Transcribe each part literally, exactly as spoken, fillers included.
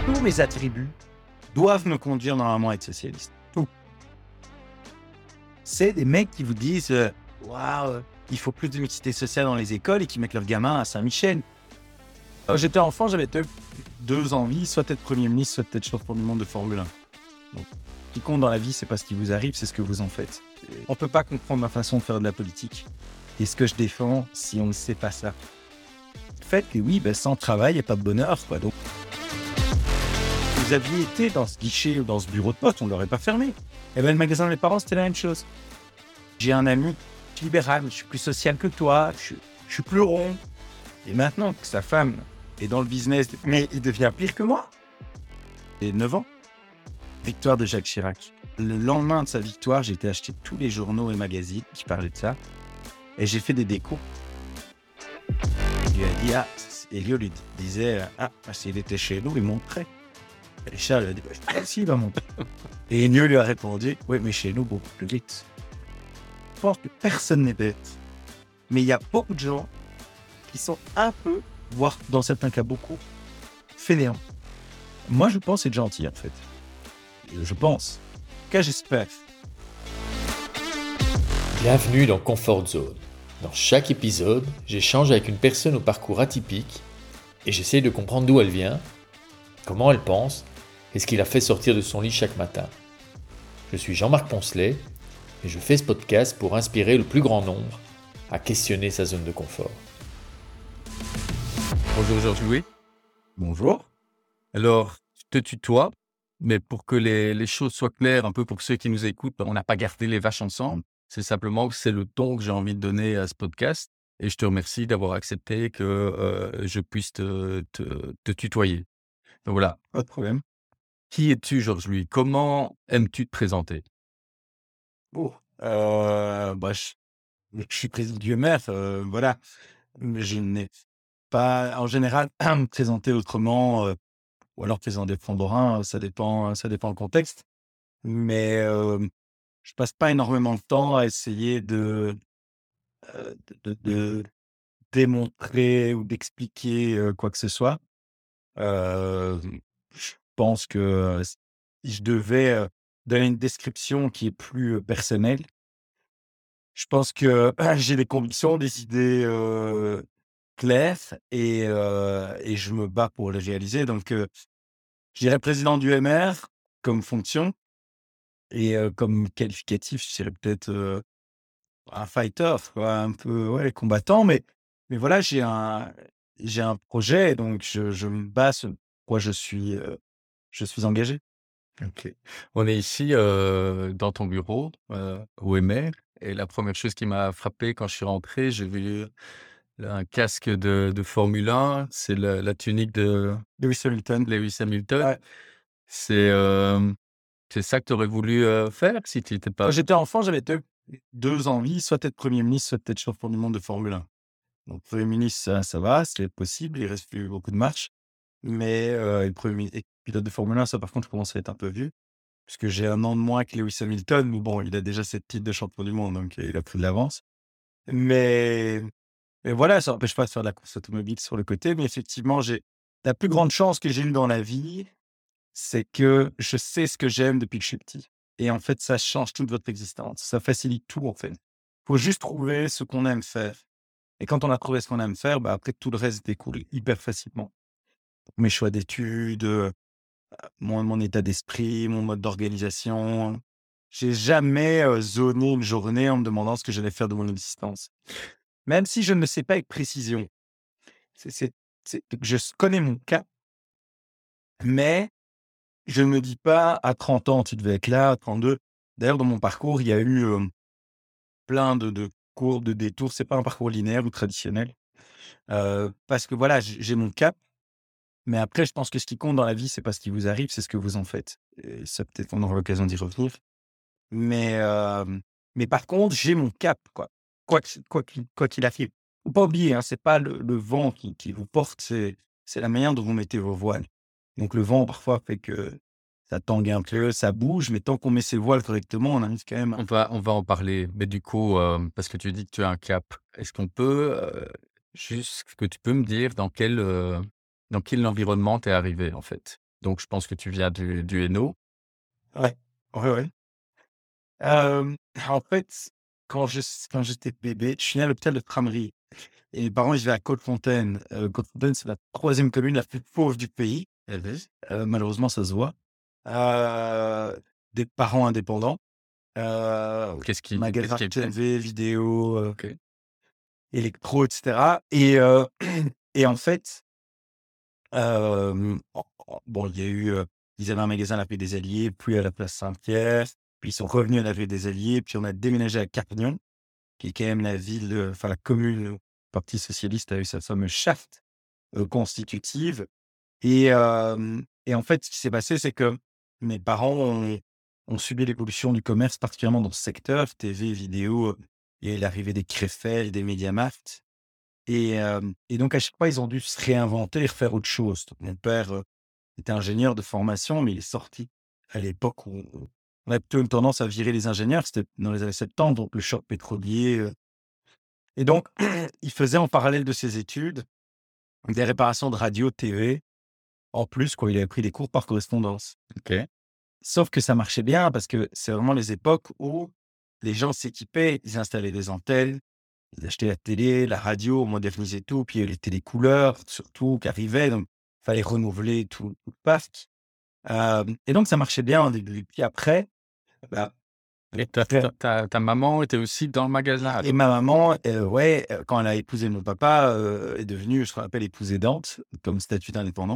Tous mes attributs doivent me conduire normalement à être socialiste. Tout. C'est des mecs qui vous disent euh, waouh, il faut plus de mixité sociale dans les écoles et qui mettent leurs gamins à Saint-Michel. Quand j'étais enfant, j'avais deux, deux envies, soit être Premier ministre, soit être champion du monde de Formule un. Donc, ce qui compte dans la vie, c'est pas ce qui vous arrive, c'est ce que vous en faites. On peut pas comprendre ma façon de faire de la politique et ce que je défends si on ne sait pas ça. Le fait que oui, ben, sans travail, il n'y a pas de bonheur, quoi. Donc, vous aviez été dans ce guichet ou dans ce bureau de poste, on ne l'aurait pas fermé. Et ben, le magasin de mes parents, c'était la même chose. J'ai un ami, je suis libéral, je suis plus social que toi, je, je suis plus rond. Et maintenant que sa femme est dans le business, mais il devient pire que moi. J'ai neuf ans. Victoire de Jacques Chirac. Le lendemain de sa victoire, j'ai été acheter tous les journaux et magazines qui parlaient de ça. Et j'ai fait des décos. Il lui a dit, ah, Elio lui disait, ah, s'il était chez nous, il montrait. Et Charles lui a dit, bah, si, il va montrer. Et Elio lui a répondu, oui, mais chez nous, beaucoup plus vite. Je pense que personne n'est bête. Mais il y a beaucoup de gens qui sont un peu, voire dans certains cas beaucoup, fainéants. Moi, je pense être gentil, en fait. Je pense. En tout cas, j'espère. Bienvenue dans Comfort Zone. Dans chaque épisode, j'échange avec une personne au parcours atypique et j'essaye de comprendre d'où elle vient, comment elle pense et ce qui la fait sortir de son lit chaque matin. Je suis Jean-Marc Poncelet et je fais ce podcast pour inspirer le plus grand nombre à questionner sa zone de confort. Bonjour Georges-Louis. Bonjour. Alors, je te tutoie, mais pour que les, les choses soient claires, un peu pour ceux qui nous écoutent, on n'a pas gardé les vaches ensemble. C'est simplement que c'est le ton que j'ai envie de donner à ce podcast. Et je te remercie d'avoir accepté que euh, je puisse te, te, te tutoyer. Donc voilà. Pas de problème. Qui es-tu, Georges-Louis? Comment aimes-tu te présenter? Bon, euh, bah, je, je suis président du M R, euh, voilà. Mais je n'ai pas, en général, me présenter autrement, euh, ou alors président des Fonds d'Orin, ça dépend, ça dépend le contexte. Mais euh, je passe pas énormément de temps à essayer de, euh, de, de, de démontrer ou d'expliquer euh, quoi que ce soit. Euh, je pense que euh, si je devais euh, donner une description qui est plus euh, personnelle, je pense que j'ai des convictions, des idées euh, claires et, euh, et je me bats pour les réaliser. Donc, euh, je dirais président du M R comme fonction et euh, comme qualificatif, je dirais peut-être euh, un fighter, quoi, un peu ouais, combattant. Mais, mais voilà, j'ai un, j'ai un projet, donc je, je me bats sur quoi je suis, euh, je suis engagé. Ok. On est ici euh, dans ton bureau euh, au M R. Et la première chose qui m'a frappé quand je suis rentré, j'ai vu un casque de, de Formule un. C'est la, la tunique de Lewis Hamilton. Lewis Hamilton. Ouais. C'est euh, c'est ça que tu aurais voulu euh, faire si tu n'étais Quand pas... j'étais enfant, j'avais deux, deux envies, soit être Premier ministre, soit être champion du monde de Formule un. Donc, Premier ministre, ça, ça va, c'est possible, il reste plus beaucoup de marches. Mais euh, le premier et pilote de Formule un, ça par contre, je commence à être un peu vieux, puisque j'ai un an de moins que Lewis Hamilton, mais bon, il a déjà sept titres de champion du monde, donc euh, il a pris de l'avance. Mais, mais voilà, ça n'empêche pas de faire de la course automobile sur le côté. Mais effectivement, j'ai la plus grande chance que j'ai eue dans la vie, c'est que je sais ce que j'aime depuis que je suis petit. Et en fait, ça change toute votre existence. Ça facilite tout, en fait. Il faut juste trouver ce qu'on aime faire. Et quand on a trouvé ce qu'on aime faire, bah, après, tout le reste découle hyper facilement. Mes choix d'études, euh, mon, mon état d'esprit, mon mode d'organisation. J'ai jamais euh, zoné une journée en me demandant ce que j'allais faire de mon existence. Même si je ne le sais pas avec précision. C'est, c'est, c'est- je connais mon cas, mais je ne me dis pas à trente ans, tu devais être là, à trente-deux. D'ailleurs, dans mon parcours, il y a eu euh, plein de, de courbes, de détours. C'est pas un parcours linéaire ou traditionnel. Euh, parce que voilà, j'ai j'ai mon cap. Mais après, je pense que ce qui compte dans la vie, c'est pas ce qui vous arrive, c'est ce que vous en faites. Et ça, peut-être qu'on aura l'occasion d'y revenir. Mais, euh, mais par contre, j'ai mon cap, quoi. Quoi qu'il quoi qu'il quoi qu'il arrive. Faut pas oublier, hein, c'est pas le, le vent qui, qui vous porte, c'est, c'est la manière dont vous mettez vos voiles. Donc le vent, parfois, fait que ça tangue un peu, ça bouge, mais tant qu'on met ses voiles correctement, on arrive quand même. On va, on va en parler. Mais du coup, euh, parce que tu dis que tu as un cap, est-ce qu'on peut, euh, juste que tu peux me dire dans quel, euh, dans quel environnement tu es arrivé, en fait? Donc, je pense que tu viens du, du Hainaut. Ouais, ouais, ouais. Hem, en fait, quand je quand j'étais bébé, je suis né à l'hôpital de Frameries et mes parents, ils vivaient à Côte-Fontaine. Heu, Côte-Fontaine, c'est la troisième commune la plus pauvre du pays. Mhm. Heu, malheureusement, ça se voit. Heu, des parents indépendants, heu, Qu'est-ce qui, qu'est-ce magasin qui de est fait? T V, vidéo, heu, Ok. électro et cetera et heu et en fait, hem, en en bon, il y a eu, heu, ils avaient un magasin à la Rue des Alliés, puis à la place Saint-Pierre, puis ils sont revenus à la Rue des Alliés, puis on a déménagé à Carpignon, qui est quand même la ville, heu, enfin la commune où le parti socialiste a eu sa fameuse charte, heu, constitutive et hem et en fait, ce qui s'est passé, c'est que mes parents ont ont subi l'évolution du commerce, particulièrement dans ce secteur, T V, vidéo, heu et l'arrivée des Krefeld, des MediaMarkt et hem et donc à chaque fois, ils ont dû se réinventer et refaire autre chose. Donc mon père, heu, était ingénieur de formation, mais il est sorti à l'époque où on a plutôt une tendance à virer les ingénieurs, c'était dans les années soixante-dix, donc le choc pétrolier, heu et donc il faisait en parallèle de ses études des réparations de radio, T V, en plus quoi, il avait pris des cours par correspondance. Ok. Sauf que ça marchait bien parce que c'est vraiment les époques où les gens s'équipaient, ils installaient des antennes, ils achetaient la télé, la radio, on modernisait tout, puis il y avait les télécouleurs surtout qui arrivaient, donc il fallait renouveler tout tout le parc. Hem et donc ça marchait bien au début. Puis après, bah, Et ta, après ta, ta, ta maman était aussi dans le magasin et alors? ma maman, heu, ouais, heu, quand elle a épousé mon papa, heu, est devenue ce qu'on appelle épouse aidante, comme statut d'indépendant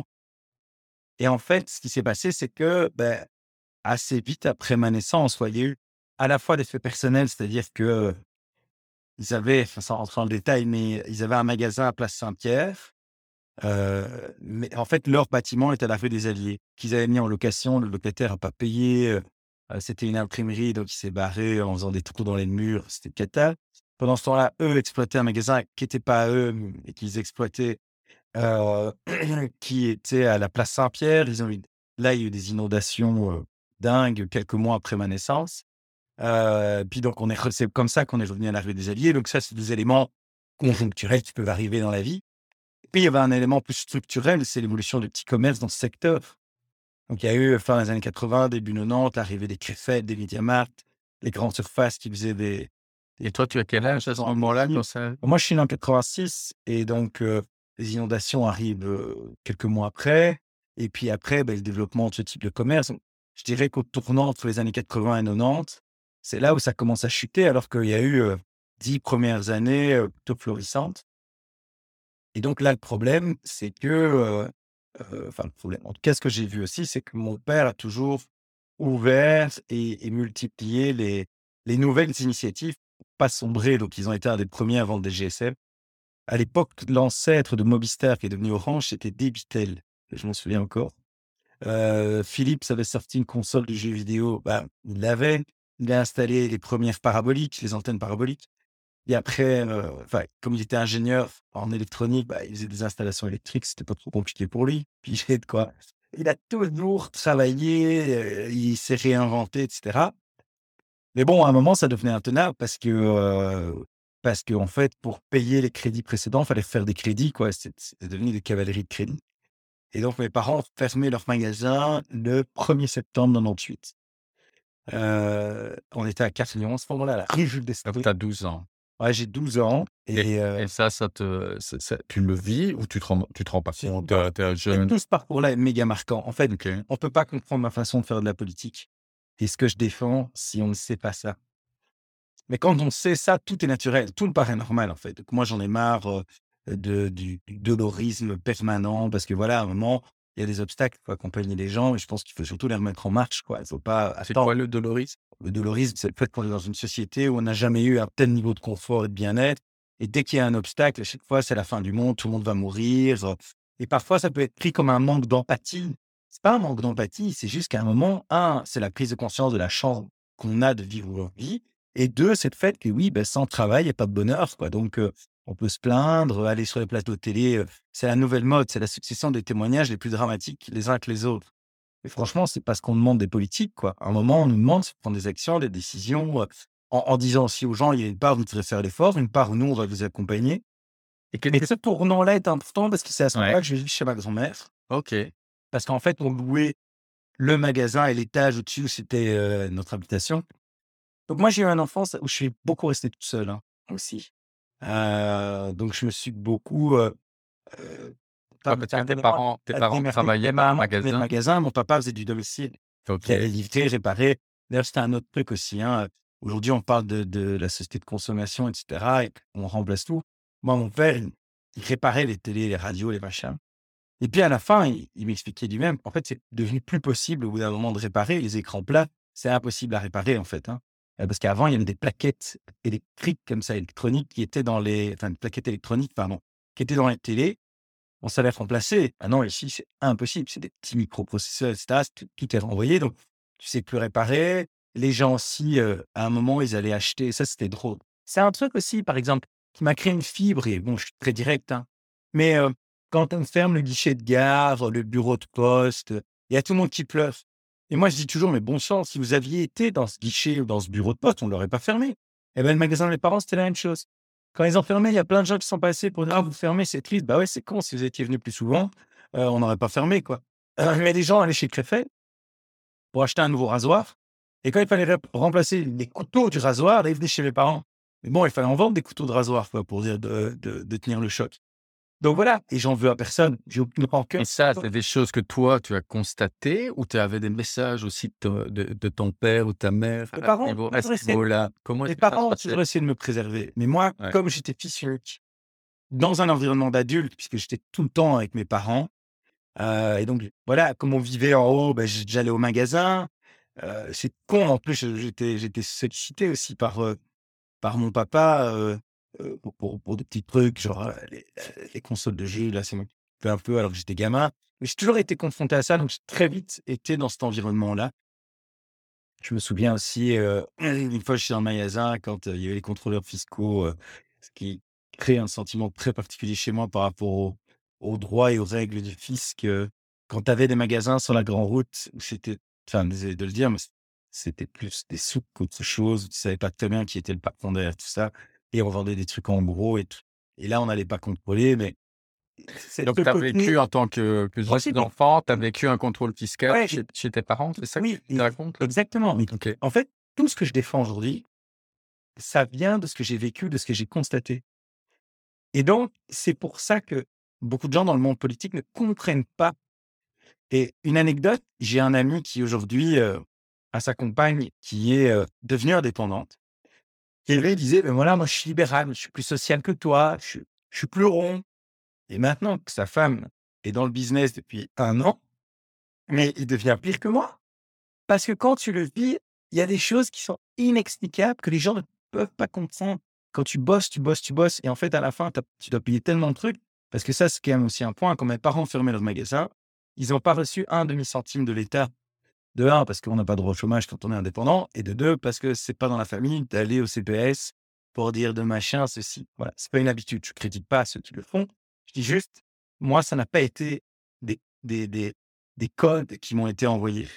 et en fait, ce qui s'est passé, c'est que, beh, assez vite après ma naissance, ouais, il y a eu à la fois des faits personnels, c'est-à-dire que, ils avaient, enfin, sans rentrer dans le détail, mais ils avaient un magasin à Place Saint-Pierre, heu, mais en fait, leur bâtiment était à la rue des Alliés, qu'ils avaient mis en location. Le locataire a pas payé, heu heu, c'était une imprimerie, donc il s'est barré en faisant des trous dans les murs, c'était cata. Pendant ce temps-là, eux exploitaient un magasin qui était pas à eux, mmh et qu'ils exploitaient, heu, qui était à la place Saint-Pierre. Ils ont eu là, il y a eu des inondations, heu, dingues quelques mois après ma naissance. Heu, puis donc on est re c'est comme ça qu'on est revenu à l'arrivée des Alliés, donc ça, c'est des éléments conjoncturels qui peuvent arriver dans la vie. Et puis il y avait un élément plus structurel, c'est l'évolution du petit commerce dans ce secteur. Donc il y a eu, fin des années quatre-vingts, début quatre-vingt-dix, l'arrivée des Krefeld, des MediaMarkt, les grandes surfaces qui faisaient des Et toi, tu as quel âge à ce moment-là quand ça? moi, je suis né en quatre-vingt-six et donc heu, les inondations arrivent, heu, quelques mois après et puis après, beh, le développement de ce type de commerce. Donc je dirais qu'au tournant entre les années quatre-vingts et quatre-vingt-dix, c'est là où ça commence à chuter alors qu'il y a eu, heu, dix premières années, heu, plutôt florissantes et donc là, le problème, c'est que, heu heu, enfin le problème, en tout cas, ce que j'ai vu aussi, c'est que mon père a toujours ouvert et et multiplié les les nouvelles initiatives pour pas sombrer. Donc ils ont été un des premiers à vendre des G S M. À l'époque, l'ancêtre de Mobistar qui est devenu Orange, c'était Debitel. Je m'en souviens encore. Heu, Philips avait sorti une console de jeux vidéo, bah, il l'avait. Il a installé les premières paraboliques, les antennes paraboliques et après, heu, enfin, comme il était ingénieur en électronique, bah, il faisait des installations électriques, c'était pas trop compliqué pour lui. Puis il avait de quoi il a toujours travaillé, heu, il s'est réinventé et cetera. Mais bon, à un moment, ça devenait intenable parce que, heu, parce qu'en fait, pour payer les crédits précédents, il fallait faire des crédits, quoi. C'est c'était devenu des cavaleries de crédit et donc mes parents ont fermé leur magasin le premier septembre quatre-vingt-dix-huit. Heu, on était à Cartillon à ce moment-là, à la rue Jules Donc, Destrées. tu as douze ans. Ouais, j'ai douze ans Et, et heu, et ça, ça te, ça- ça- tu le vis ou tu te rends, tu te rends pas c'est compte? T'es t'es et jeune. tout ce parcours-là est méga marquant. En fait, Ok. on peut pas comprendre ma façon de faire de la politique et ce que je défends si on ne sait pas ça. Mais quand on sait ça, tout est naturel, tout me paraît normal, en fait. Donc moi, j'en ai marre, heu, de du du dolorisme permanent parce que voilà, à un moment, il y a des obstacles, il faut accompagner les gens et je pense qu'il faut surtout les remettre en marche, quoi. Il faut pas C'est quoi attendre. le dolorisme? Le dolorisme, c'est le fait qu'on est dans une société où on n'a jamais eu un tel niveau de confort et de bien-être et dès qu'il y a un obstacle, à chaque fois, c'est la fin du monde, tout le monde va mourir, heu et parfois, ça peut être pris comme un manque d'empathie. C'est pas un manque d'empathie, c'est juste qu'à un moment, un, c'est la prise de conscience de la chance qu'on a de vivre leur vie et deux, c'est le fait que oui, ben, sans travail, il y a pas de bonheur, quoi. Donc heu, on peut se plaindre, aller sur les plateaux de télé, heu, c'est la nouvelle mode, c'est la succession des témoignages les plus dramatiques les uns que les autres. Mais franchement, c'est pas ce qu'on demande des politiques, quoi. À un moment, on nous demande de prendre des actions, des décisions, heu, en en disant aussi aux gens: «Il y a une part où vous devrez faire l'effort, une part où nous, on va vous accompagner». Et qu'est-ce Mais que... ce tournant-là est important parce que c'est à ce Ouais. moment-là que je vais vivre chez ma grand-mère Ok. parce qu'en fait, on louait le magasin et l'étage au-dessus où c'était, heu, notre habitation. Donc moi, j'ai eu une enfance où je suis beaucoup resté tout seul, hein, aussi. Heu, donc je me suis beaucoup, heu heu, Ouais, pas parce que tes pardonnez-moi, parents tes heu, parents démerdé. travaillaient Ma dans le maman tenait le magasin? magasin, mon papa faisait du domicile. Il allait OK. livrer, réparer. D'ailleurs, c'était un autre truc aussi, hein, heu, aujourd'hui, on parle de de la société de consommation et cetera et on remplace tout. Moi, mon père, il il réparait les télés, les radios, les machins et puis à la fin, il il m'expliquait lui-même, en fait, c'est devenu plus possible au bout d'un moment de réparer les écrans plats. C'est impossible à réparer, en fait, hein, heu, parce qu'avant, il y avait des plaquettes électriques comme ça, électroniques qui étaient dans les enfin, des plaquettes électroniques, pardon, qui étaient dans les télés. On savait remplacer. Ah non, ici, c'est impossible. C'est des petits microprocesseurs et cetera. Tout tout est renvoyé, donc tu sais plus réparer. Les gens aussi, heu, à un moment, ils allaient acheter ça, c'était drôle. C'est un truc aussi, par exemple, qui m'a créé une fibre et bon, je suis très direct, hein, mais heu, quand on ferme le guichet de gare, le bureau de poste, il y a tout le monde qui pleure et moi, je dis toujours: «Mais bon sang, si vous aviez été dans ce guichet ou dans ce bureau de poste, on ne l'aurait pas fermé». Et ben, le magasin de mes parents, c'était la même chose. Quand ils ont fermé, il y a plein de gens qui sont passés pour dire: «Ah, vous fermez, c'est triste». Bah ouais, c'est con, si vous étiez venus plus souvent, heu, on n'aurait pas fermé, quoi. Heu, mais les gens allaient chez le préfet pour acheter un nouveau rasoir et quand il fallait rep remplacer les couteaux du rasoir, là, ils venaient chez mes parents. Mais bon, il fallait en vendre des couteaux de rasoir, quoi, pour dire de de de tenir le choc. Donc voilà, et j'en veux à personne, j'ai aucune rancœur. Et ça, c'est des choses que toi, tu as constatées ou tu avais des messages aussi de ton de de ton père ou ta mère Mes à ce parents niveau ont à ce toujours essayé niveau-là? Comment est-ce mes que ça se parents ont passait? toujours essayé de me préserver, mais moi, Ouais. comme j'étais fils unique, dans un environnement d'adultes, puisque j'étais tout le temps avec mes parents. Heu et donc voilà, comme on vivait en haut, bah, j j'allais au magasin. Heu, c'est con, en plus, je j'étais j'étais sollicité aussi par, heu, par mon papa, heu heu, pour pour pour des petits trucs, genre, heu, les, heu, les consoles de jeux, là, c'est moi qui fais un peu alors que j'étais gamin. Mais j'ai toujours été confronté à ça, donc j'ai très vite été dans cet environnement-là. Je me souviens aussi, heu, une fois, je suis dans le magasin quand, heu, il y avait les contrôleurs fiscaux, heu, ce qui crée un sentiment très particulier chez moi par rapport aux aux droits et aux règles du fisc, heu, quand tu avais des magasins sur la grande route où c'était enfin, désolé de le dire, mais c c'était plus des souks qu'autre chose, où tu savais pas très bien qui était le patron derrière tout ça et on vendait des trucs en gros et tout et là, on n'allait pas contrôler, mais c'est Donc ce tu as côté vécu en tant que que aussi jeune bon, enfant, tu as vécu un contrôle fiscal ouais, chez j'ai chez tes parents, c'est ça que oui, tu et racontes là? exactement, mais OK. en fait, tout ce que je défends aujourd'hui, ça vient de ce que j'ai vécu, de ce que j'ai constaté. Et donc, c'est pour ça que beaucoup de gens dans le monde politique ne comprennent pas. Et une anecdote, j'ai un ami qui aujourd'hui, heu, a sa compagne qui est, heu, devenue indépendante. Et lui disait: «Ben voilà, moi je suis libéral, je suis plus social que toi, je suis je suis plus rond». Et maintenant que sa femme est dans le business depuis un an, mais il devient pire que moi. Parce que quand tu le vis, il y a des choses qui sont inexplicables que les gens ne peuvent pas comprendre. Quand tu bosses, tu bosses, tu bosses et en fait, à la fin, tu tu dois payer tellement de trucs parce que ça, c'est quand même aussi un point. Quand mes parents fermaient leur magasin, ils n'ont pas reçu un demi centime de l'État. De un, parce qu'on n'a pas droit au chômage quand on est indépendant et de deux, parce que c'est pas dans la famille d'aller au C P S pour dire de machin, ceci. Voilà, c'est pas une habitude. Je critique pas ceux qui le font. Je dis juste, moi, ça n'a pas été des des des des codes qui m'ont été envoyés.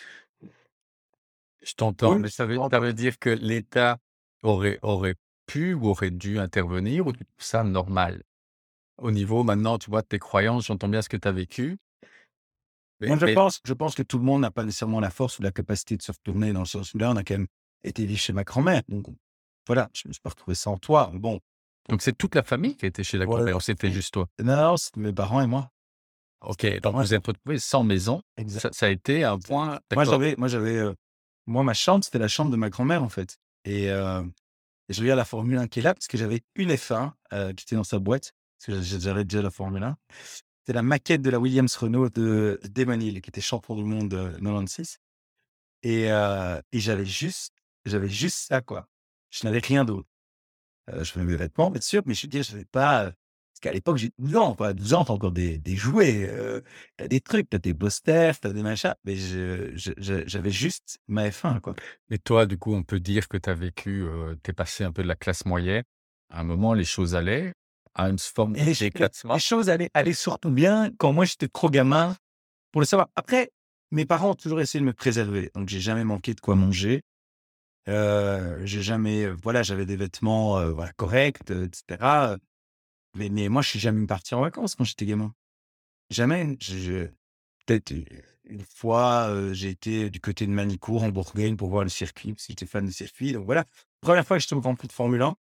Je t'entends, Oui, mais ça veut bon, ça veut dire que l'État aurait aurait pu ou aurait dû intervenir ou tu trouves ça normal? Au niveau maintenant, tu vois, de tes croyances, j'entends bien ce que tu as vécu, mais moi, je mais pense je pense que tout le monde n'a pas nécessairement la force ou la capacité de se retourner dans le sens où là, on a quand même été vivre chez ma grand-mère, donc voilà, je me suis pas retrouvé sans toit, mais bon, donc c'est toute la famille qui était chez la voilà. grand-mère ou c'était juste toi? Non, non, c'est mes parents et moi. OK, donc Moi, vous êtes retrouvés sans maison. exact. Ça ça a été un point Moi, d'accord. j'avais moi, j'avais, heu, moi, ma chambre, c'était la chambre de ma grand-mère, en fait et heu et je regarde la Formule un qui est là parce que j'avais une F un, heu, qui était dans sa boîte, parce que j'a j'avais déjà la Formule un. C'était la maquette de la Williams Renault de Damon Hill, qui était champion du monde, heu, quatre-vingt-seize et heu et j'avais juste j'avais juste ça, quoi. Je n'avais rien d'autre. Heu, je mes vêtements, bien sûr, mais je veux dire, j'avais pas, heu parce qu'à l'époque, j'ai douze ans, quoi. douze ans, tu encore des des jouets, heu, tu des trucs, tu as des posters, tu as des machins, mais je je je j'avais juste ma F un, quoi. Et toi, du coup, on peut dire que tu as vécu, heu, tu es passé un peu de la classe moyenne. À un moment, les choses allaient, à une forme Et les ch les les d'éclatement. choses allaient allaient surtout bien quand moi, j'étais trop gamin pour le savoir. Après, mes parents ont toujours essayé de me préserver, donc j'ai jamais manqué de quoi manger. Heu, j'ai jamais, heu, voilà, j'avais des vêtements, heu, voilà, corrects, heu, et cetera, mais mais moi, je suis jamais parti en vacances quand j'étais gamin. Jamais. Je je peut-être u une fois, heu, j'ai été du côté de Manicourt, en Bourgogne, pour voir le circuit, parce que j'étais fan de circuit, donc voilà. première fois que j'étais au Grand Prix de Formule un.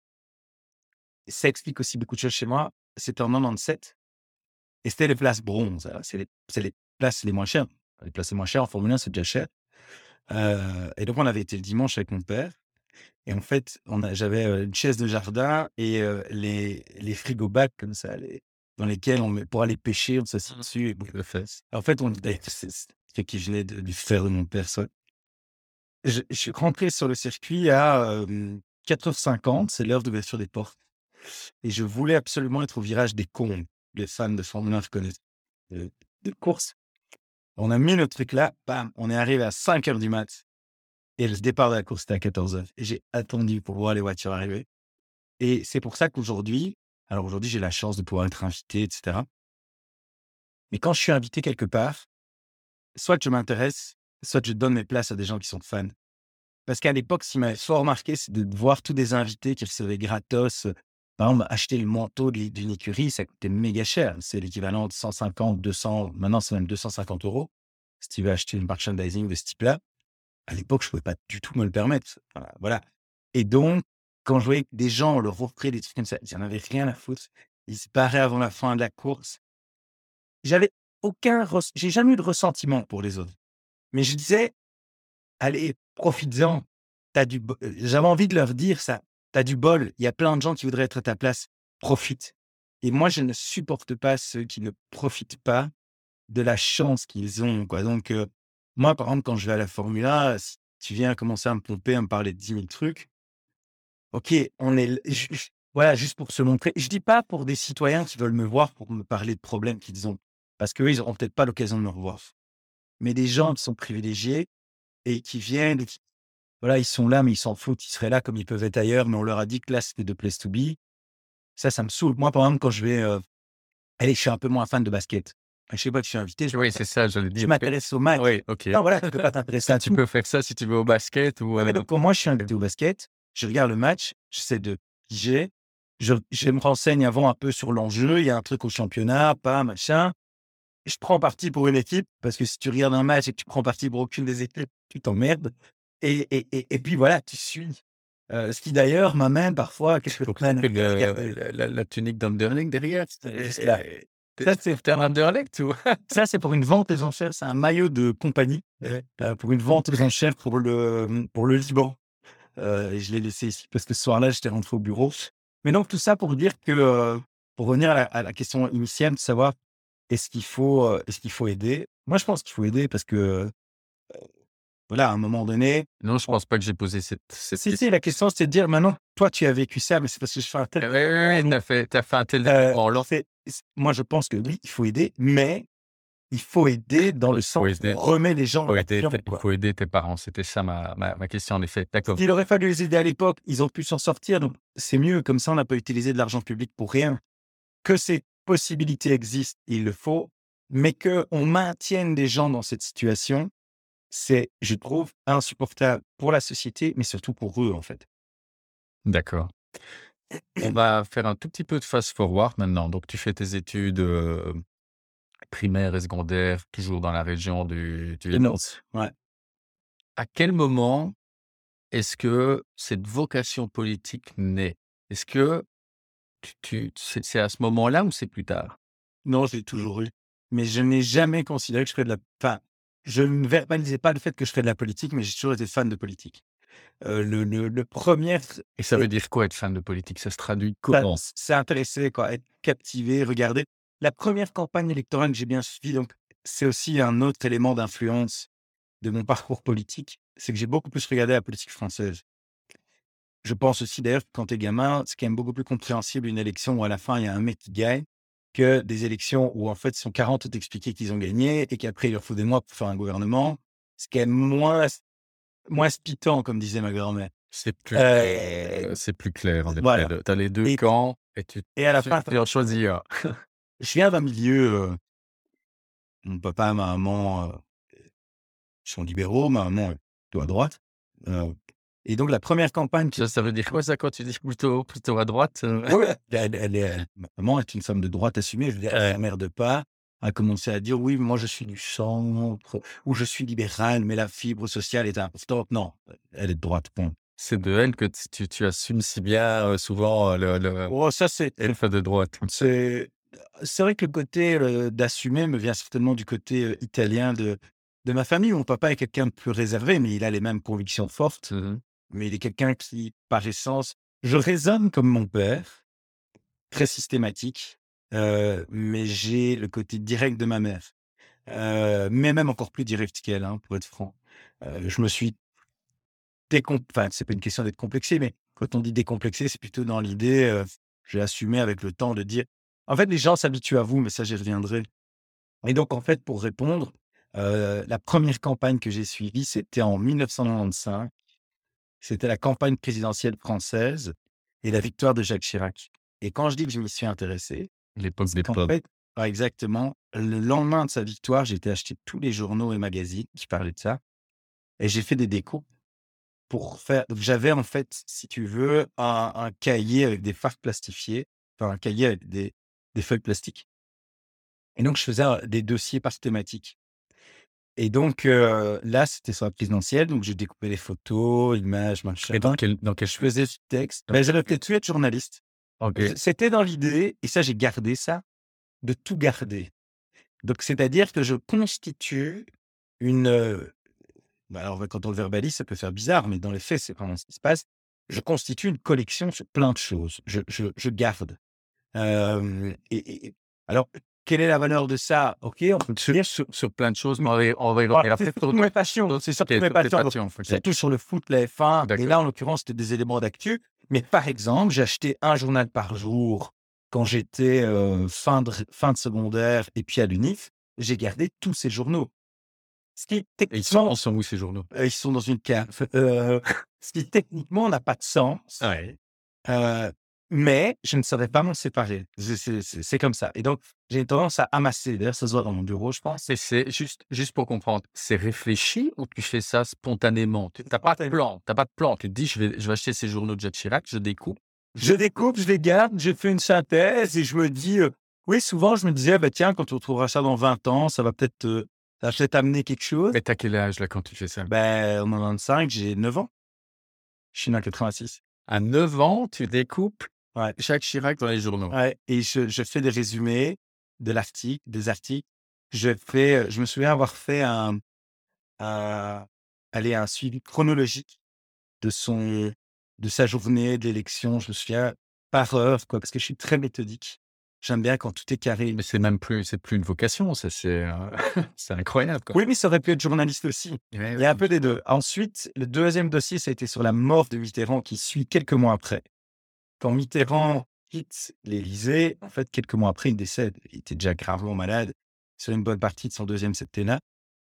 Ça explique aussi beaucoup de choses chez moi. C'était en quatre-vingt-dix-sept et c'était les places bronze. Alors c'est les c'est les places les moins chères. Les places les moins chères en Formule un, c'est déjà cher. Heu et donc on avait été le dimanche avec mon père et en fait, on a j'avais, heu, une chaise de jardin et heu, les les frigo-bacs comme ça, les dans lesquels on met pour aller pêcher, on s'assied dessus et bon, Tout à fait. en fait, on d'ailleurs, c'est c'est ce qui venait de du frère de mon père, ça. Je je suis rentré sur le circuit à, hem, quatre heures cinquante, c'est l'heure d'ouverture des portes et je voulais absolument être au virage des Combes. Les fans de Formule un reconnaissent, de de course. On a mis le truc là, bam, on est arrivé à cinq heures du mat et le départ de la course, c'était à quatorze heures et j'ai attendu pour voir les voitures arriver et c'est pour ça qu'aujourd'hui alors aujourd'hui, j'ai la chance de pouvoir être invité et cetera. Mais quand je suis invité quelque part, soit je m'intéresse, soit je donne mes places à des gens qui sont fans. Parce qu'à l'époque, ce qui m'avait fort marqué, c'est de voir tous des invités qui recevaient gratos, heu, par exemple, acheter le manteau de d'une écurie, ça coûtait méga cher. C'est l'équivalent de cent cinquante, deux cents, maintenant c'est même deux cent cinquante euros. Si tu veux acheter une merchandising de ce type-là. À l'époque, je pouvais pas du tout me le permettre. Voilà, voilà. Et donc, quand je voyais que des gens leur offraient des trucs comme ça, ils en avaient rien à foutre. Ils se barraient avant la fin de la course. J'avais aucun res j'ai jamais eu de ressentiment pour les autres. Mais je disais: «Allez, profites-en, tu du bo» heu, j'avais envie de leur dire ça: t'as du bol, il y a plein de gens qui voudraient être à ta place, profite. Et moi, je ne supporte pas ceux qui ne profitent pas de la chance qu'ils ont, quoi. Donc, heu, moi, par exemple, quand je vais à la Formule un, si tu viens commencer à me pomper, à me parler de dix mille trucs, OK, on est l j j voilà, juste pour se montrer. Je dis pas pour des citoyens qui veulent me voir pour me parler de problèmes qu'ils ont, parce qu'eux, ils auront peut-être pas l'occasion de me revoir. Mais des gens qui sont privilégiés et qui viennent et qui voilà, ils sont là, mais ils s'en foutent. Ils seraient là comme ils peuvent être ailleurs, mais on leur a dit que là, c'était the place to be. Ça, ça me saoule. Moi, par exemple, quand je vais, heu allez, je suis un peu moins fan de basket. À chaque fois que je suis invité, je Oui, c'est ça, j'allais je dire. m'intéresse au match. Oui, OK. Non, voilà, tu peux pas t'intéresser Ça, à tu tout. peux faire ça si tu veux au basket ou Ouais, à mais donc, quand moi, je suis invité au basket, je regarde le match, j'essaie de piger, je je me renseigne avant un peu sur l'enjeu. Il y a un truc au championnat, pas machin. Je prends parti pour une équipe, parce que si tu regardes un match et que tu prends parti pour aucune des équipes, tu t'emmerdes et et et et puis voilà, tu suis. Heu, ce qui d'ailleurs m'amène parfois à quelques donc semaines tu fais à le regarder la la la tunique d'Underling derrière? c'est c'est là. Tu Ça, c'est es un Anderlecht ou? ça, c'est pour une vente aux enchères, c'est un maillot de compagnie, heu, pour une vente aux enchères pour le, mmh, pour le Liban. Heu et je l'ai laissé ici parce que ce soir-là, j'étais rentré au bureau. Mais donc tout ça pour dire que, heu, pour revenir à la à la question initiale de savoir est-ce qu'il faut, heu, est-ce qu'il faut aider? Moi, je pense qu'il faut aider parce que, heu, voilà, à un moment donné, Non, je on pense pas que j'ai posé cette cette si, question. si, la question, c'est de dire: «Maintenant, toi, tu as vécu ça, mais c'est parce que je fais un tel» Oui, oui, oui, tu as fait tu as fait un tel heu, développement lent. c'est c moi, je pense que oui, il faut aider, mais il faut aider dans le Faut sens où on aider remet les gens faut en aider action, tes quoi. faut aider tes parents, c'était ça ma ma ma question en effet. D'accord. S'il aurait fallu les aider à l'époque, ils ont pu s'en sortir, donc c'est mieux, comme ça on n'a pas utilisé de l'argent public pour rien. Que ces possibilités existent, il le faut, mais qu'on maintienne des gens dans cette situation, c'est, je trouve, insupportable pour la société, mais surtout pour eux, en fait. D'accord. On va faire un tout petit peu de fast forward maintenant. Donc tu fais tes études, heu, primaires et secondaires toujours dans la région du du Immense, ouais. À quel moment est-ce que cette vocation politique naît? Est-ce que tu tu c'est c'est à ce moment-là ou c'est plus tard? Non, je l'ai toujours eu, mais je n'ai jamais considéré que je ferais de la enfin, je ne verbalisais pas le fait que je ferais de la politique, mais j'ai toujours été fan de politique. Heu, le le le premier Et ça veut dire quoi être fan de politique? Ça se traduit Ça comment? s'est intéressé quoi, être captivé, regarder. La première campagne électorale que j'ai bien suivie, donc c'est aussi un autre élément d'influence de mon parcours politique, c'est que j'ai beaucoup plus regardé la politique française. Je pense aussi d'ailleurs que quand tu es gamin, c'est quand même beaucoup plus compréhensible une élection où à la fin il y a un mec qui gagne, que des élections où en fait ils sont quarante à t'expliquer qu'ils ont gagné et qu'après il leur faut des mois pour faire un gouvernement. C'est quand même moins moins spitant comme disait ma grand-mère. C'est plus, Heu, heu, c'est plus clair en effet. voilà Le tu as les deux et camps et tu et à la tu fin tu en choisis un. je viens d'un milieu, heu, mon papa, ma maman, heu, sont libéraux, ma maman est plutôt à droite, heu et donc la première campagne qui Ça, ça veut dire quoi ça quand tu dis plutôt plutôt à droite, heu? ouais, elle elle est ma maman est une femme de droite assumée, je veux dire, elle s'emmerde pas a commencé à dire: «Oui, moi je suis du centre ou je suis libéral, mais la fibre sociale est importante». Non, elle est de droite, point. C'est de elle que tu tu tu assumes si bien, heu, souvent, heu, le le Oh ça c'est être de droite. c'est c'est vrai que le côté, heu, d'assumer me vient certainement du côté, heu, italien de de ma famille. Mon papa est quelqu'un de plus réservé, mais il a les mêmes convictions fortes. Mmh. Mais il est quelqu'un qui, par essence je raisonne comme mon père, très systématique, heu, mais j'ai le côté direct de ma mère, heu, mais même encore plus direct qu'elle, hein, pour être franc. Heu, je me suis décom enfin, c'est pas une question d'être complexé, mais quand on dit décomplexé, c'est plutôt dans l'idée, heu, j'ai assumé avec le temps de dire en fait, les gens s'habituent à vous, mais ça, j'y reviendrai. Et donc en fait, pour répondre, heu, la première campagne que j'ai suivie, c'était en mille neuf cent quatre-vingt-quinze. C'était la campagne présidentielle française et la victoire de Jacques Chirac. Et quand je dis que je m'y suis intéressé, L'époque c'est des qu'en pubs. fait ouais, exactement, le lendemain de sa victoire, j'ai été acheter tous les journaux et magazines qui parlaient de ça et j'ai fait des découpes pour faire donc j'avais en fait, si tu veux, un un cahier avec des fardes plastifiées, enfin un cahier avec des des feuilles plastiques et donc je faisais, heu, des dossiers par thématique. Et donc heu, là, c'était sur la présidentielle, donc j'ai découpé les photos, images, machin. Et dans quel dans quel Je faisais du texte. dans Ben, j'aurais peut-être pu être journaliste. OK. C c'était dans l'idée et ça, j'ai gardé ça, de tout garder. Donc c'est-à-dire que je constitue une, heu, bah, alors ouais, quand on le verbalise, ça peut faire bizarre, mais dans les faits, c'est vraiment ce qui se passe. Je constitue une collection sur plein de choses. Je je je garde. Hem et et et alors, quelle est la valeur de ça? OK, on peut Sur dire sur sur plein de choses, mais on va y on va y ah, revenir c'est après surtout pour mes passions, c'est OK, surtout mes toutes tes passions, donc passions, OK. surtout sur le foot, la F un et D'accord. là, en l'occurrence, c'était des éléments d'actu. Mais par exemple, j'ai acheté un journal par jour quand j'étais, heu, fin de r fin de secondaire et puis à l'UNIF, j'ai gardé tous ces journaux. Ce qui Et ils sont ils techniquement, sont où ces journaux? heu, ils sont dans une cave, heu, ce qui techniquement n'a pas de sens. Ouais. Heu, mais je ne saurais pas m'en séparer. C'est c'est c'est c'est comme ça et donc j'ai une tendance à amasser. D'ailleurs, ça se voit dans mon bureau, je pense. Et c'est juste juste pour comprendre, c'est réfléchi ou tu fais ça spontanément? Tu as pas de plan, tu as pas de plan. Tu te dis: «Je vais je vais acheter ces journaux de Jacques Chirac, je découpe». Je découpe, je les garde, je fais une synthèse et je me dis, heu oui, souvent je me disais: «Bah, tiens, quand on retrouvera ça dans vingt ans, ça va peut-être, heu, ça va peut-être amener quelque chose». Mais tu as quel âge là quand tu fais ça? Ben, en quatre-vingt-cinq, j'ai neuf ans. Je suis né en quatre-vingt-six. À neuf ans, tu découpes Ouais, Jacques Chirac dans les journaux? ouais et je je fais des résumés de l'article des articles. Je fais, heu, je me souviens avoir fait un un allez, un suivi chronologique de son de sa journée, de l'élection, je me souviens, par heure, quoi, parce que je suis très méthodique. J'aime bien quand tout est carré. Mais c'est même plus c'est plus une vocation, ça c'est, heu, c'est incroyable quoi. Oui, mais ça aurait pu être journaliste aussi. Ouais, Il y a un ouais. peu des deux. Ensuite, le deuxième dossier, ça a été sur la mort de Mitterrand qui suit quelques mois après. Quand Mitterrand quitte l'Élysée, en fait, quelques mois après, il décède. Il était déjà gravement malade sur une bonne partie de son deuxième septennat.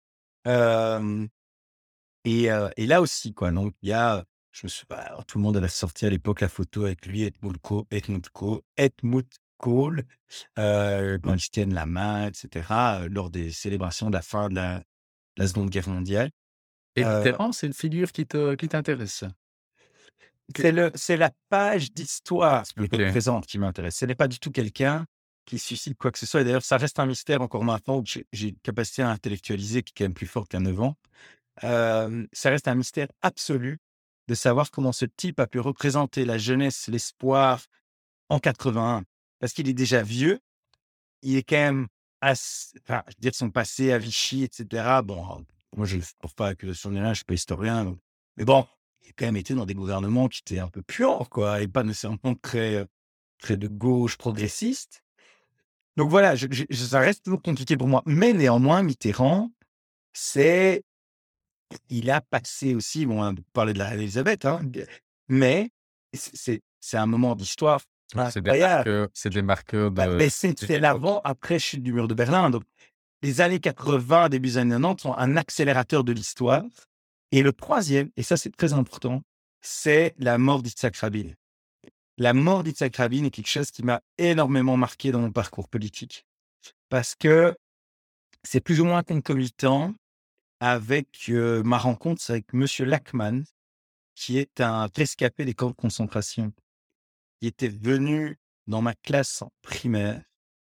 Hem et heu et là aussi, quoi, donc il y a, je me suis bah, tout le monde avait sorti à l'époque la photo avec lui, Helmut Kohl Helmut Kohl Helmut Kohl, heu, quand ils se tiennent la main et cetera, heu, lors des célébrations de la fin de la la Seconde Guerre mondiale. Et Heu, Mitterrand, c'est une figure qui te qui t'intéresse? Que c'est le c'est la page d'histoire qu'il OK. représente qui m'intéresse. Ce n'est pas du tout quelqu'un qui suscite quoi que ce soit et d'ailleurs ça reste un mystère encore maintenant où j'ai j'ai une capacité à intellectualiser qui est quand même plus forte qu'à neuf ans. Hem, ça reste un mystère absolu de savoir comment ce type a pu représenter la jeunesse, l'espoir en quatre-vingt-un. Parce qu'il est déjà vieux, il est quand même ass enfin, je veux dire son passé à Vichy et cetera, bon, moi je ne trouve pas l'accusation ni rien, je suis pas historien donc mais bon, il a quand même été dans des gouvernements qui étaient un peu puants quoi et pas nécessairement très, heu, très de gauche progressiste. Donc voilà, je je ça reste toujours compliqué pour moi. Mais néanmoins, Mitterrand, c'est il a passé aussi, bon, on a parlé de la reine Élisabeth, hein, g mais c'est c'est c'est un moment d'histoire C'est des incroyable. marqueurs c'est des marqueurs Bah, de beh, c'est d'une c'est époque. l'avant-après chute du mur de Berlin, donc les années quatre-vingt, début des années quatre-vingt-dix sont un accélérateur de l'histoire et le troisième, et ça c'est très important, c'est la mort d'Yitzhak Rabin. La mort d'Yitzhak Rabin est quelque chose qui m'a énormément marqué dans mon parcours politique parce que c'est plus ou moins concomitant avec, heu, ma rencontre avec monsieur Lachmann, qui est un rescapé des camps de concentration. Il était venu dans ma classe en primaire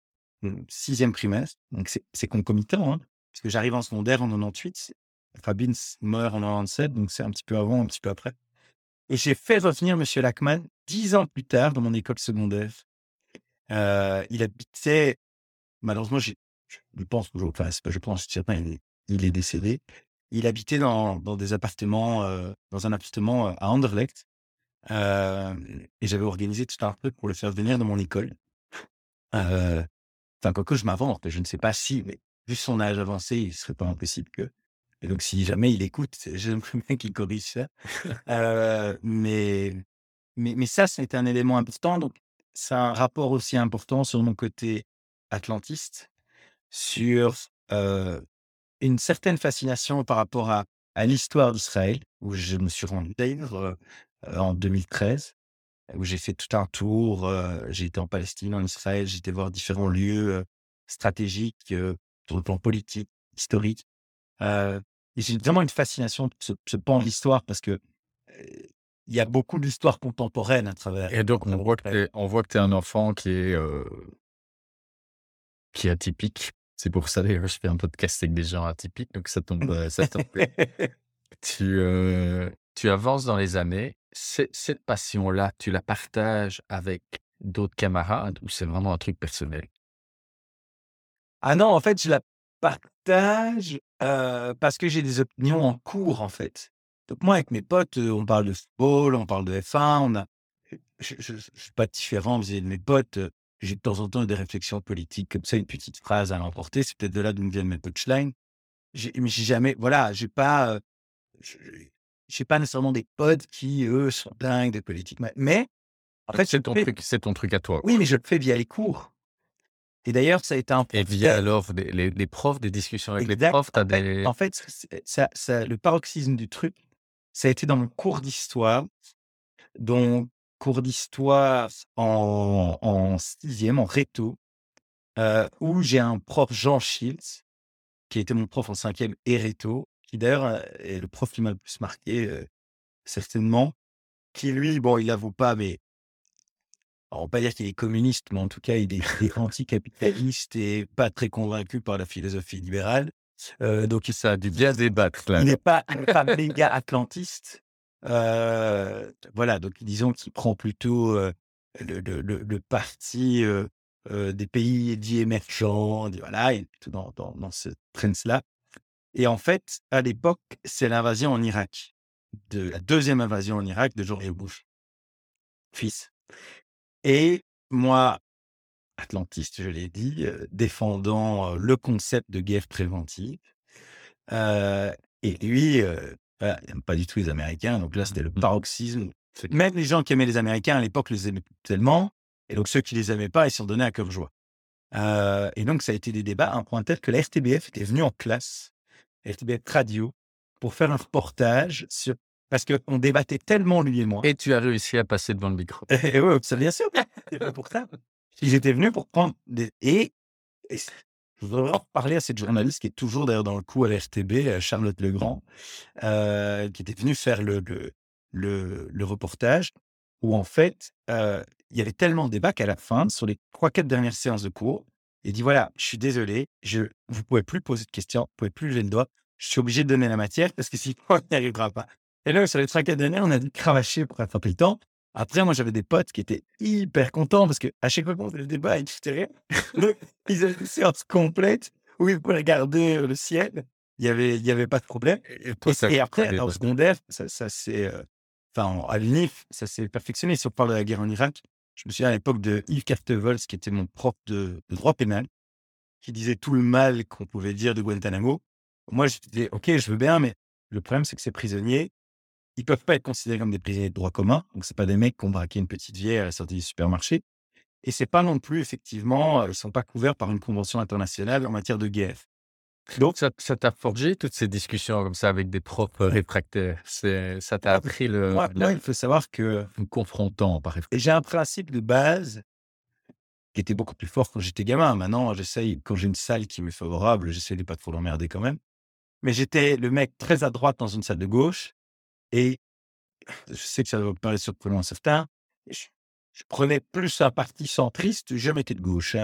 mmh, sixième trimestre, donc c'est c'est concomitant, hein, parce que j'arrive en secondaire en quatre-vingt-dix-huit, Fabien s meurt en quatre-vingt-dix-sept, donc c'est un petit peu avant, un petit peu après et j'ai fait revenir monsieur Lachman dix ans plus tard dans mon école secondaire. Heu, il habitait malheureusement, j'ai je pense toujours, enfin, c'est pas je pense, je suis certain, il est il est décédé. Il habitait dans dans des appartements, heu, dans un appartement, heu, à Anderlecht, hem et j'avais organisé tout un truc pour le faire venir dans mon école. Heu, enfin, quoique je m'avance, je ne sais pas si, mais vu son âge avancé, il serait pas impossible que et donc si jamais il écoute, j'aimerais bien qu'il corrige ça. Heu, mais mais mais ça, c'était un élément important, donc ça a un rapport aussi important sur mon côté atlantiste, sur, heu, une certaine fascination par rapport à à l'histoire d'Israël, où je me suis rendu d'ailleurs, heu heu, en deux mille treize, où j'ai fait tout un tour, heu, j'ai été en Palestine, en Israël, j'ai été voir différents lieux, heu, stratégiques, heu, sur le plan politique, historique, heu et j'ai vraiment une fascination pour ce ce pan de l'histoire parce que, heu, il y a beaucoup d'histoires contemporaines à travers Et donc à on travers voit que Israël. tu on voit que tu un enfant qui est, heu, qui est atypique. C'est pour ça d'ailleurs je fais un podcast avec des gens atypiques, donc ça tombe, heu, ça tombe bien. Tu, heu, tu avances dans les années. C'est cette passion-là, tu la partages avec d'autres camarades ou c'est vraiment un truc personnel? Ah non, en fait, je la partage, heu, parce que j'ai des opinions en cours, en fait. Donc moi, avec mes potes, heu, on parle de football, on parle de F un, on a je je je suis pas différent vis-à-vis de mes potes, heu, j'ai de temps en temps des réflexions politiques comme ça, une petite phrase à l'emporter, c'est peut-être de là d'où me viennent mes punchlines. J'ai mais j'ai jamais voilà, j'ai pas, heu, je j'ai pas nécessairement des potes qui, eux, sont dingues de politique, mais mais en Donc fait, je c'est le ton fais truc c'est ton truc à toi, oui, quoi. mais je le fais via les cours et d'ailleurs, ça a été un Et prof via alors les les les profs, des discussions avec les exact. profs, tu En as fait des en fait, c'est ça ça le paroxysme du truc, ça a été dans mon cours d'histoire, donc cours d'histoire en en sixième en réto, heu, où j'ai un prof Jean Schiltz, qui était mon prof en cinquième et réto, qui d'ailleurs, heu, est le prof qui m'a le plus marqué, heu, certainement, qui lui, bon, il avoue pas, mais on va pas dire qu'il est communiste, mais en tout cas, il est il est anticapitaliste et pas très convaincu par la philosophie libérale, heu, donc ça a dû bien débattre là il n'est alors. pas il n'est pas méga atlantiste, heu, voilà, donc disons qu'il prend plutôt, heu, le le le le parti, heu heu, des pays dits émergents, dit voilà, il est plutôt dans dans dans ce trends-là et en fait, à l'époque, c'est l'invasion en Irak, de la deuxième invasion en Irak de George Bush, fils et moi, atlantiste, je l'ai dit, heu, défendant, heu, le concept de guerre préventive. Heu et lui, heu, voilà, il aime pas du tout les Américains, donc là, c'était le Mmh. paroxysme. Même les gens qui aimaient les Américains à l'époque les aimaient plus tellement et donc ceux qui les aimaient pas, ils s'en donnaient à cœur joie. Heu et donc ça a été des débats à un point tel que la R T B F était venue en classe, R T B F Radio, pour faire un reportage sur parce qu'on débattait tellement lui et moi Et tu as réussi à passer devant le micro. et ouais, ça bien sûr, c'est fait pour ça. Ils étaient venus pour prendre des et et c je voudrais vraiment reparler à cette journaliste qui est toujours d'ailleurs dans le coup à la R T B, heu, Charlotte Legrand, heu, qui était venue faire le le le le reportage où en fait, heu, il y avait tellement de débats qu'à la fin, sur les trois quatre dernières séances de cours, il dit: «Voilà, je suis désolé, je vous pouvez plus poser de questions, vous pouvez plus lever le doigt. Je suis obligé de donner la matière parce que sinon on n'y arrivera pas» et là, sur les trois quatre dernières, on a dû cravacher pour rattraper le temps. Après, moi, j'avais des potes qui étaient hyper contents parce qu'à chaque fois qu'on faisait le débat, ils foutaient rien. Donc ils avaient une séance complète où ils pouvaient regarder, heu, le ciel. Il y avait il y avait pas de problème Et et toi, ça et après, et en secondaire, ça ça s'est, heu, enfin, en à l'U N I F, ça s'est perfectionné. Si on parle de la guerre en Irak, je me souviens à l'époque de Yves Cartevols, qui était mon prof de de droit pénal, qui disait tout le mal qu'on pouvait dire de Guantanamo. Moi, je disais: «OK, je veux bien, mais le problème, c'est que ces prisonniers, ils peuvent pas être considérés comme des prisonniers de droit commun. Donc c'est pas des mecs qui ont braqué une petite vieille à la sortie du supermarché et c'est pas non plus effectivement, heu, ils sont pas couverts par une convention internationale en matière de guerre». Donc ça ça t'a forgé toutes ces discussions comme ça avec des profs, heu, réfractaires? C'est ça t'a appris le moi moi, la il faut savoir que confrontant par et j'ai un principe de base qui était beaucoup plus fort quand j'étais gamin. Maintenant, j'essaye quand j'ai une salle qui m'est favorable, j'essaie de pas trop l'emmerder quand même. Mais j'étais le mec très à droite dans une salle de gauche et je sais que ça va paraître surprenant à certains, je je prenais plus un parti centriste, j'ai jamais été de gauche, hein.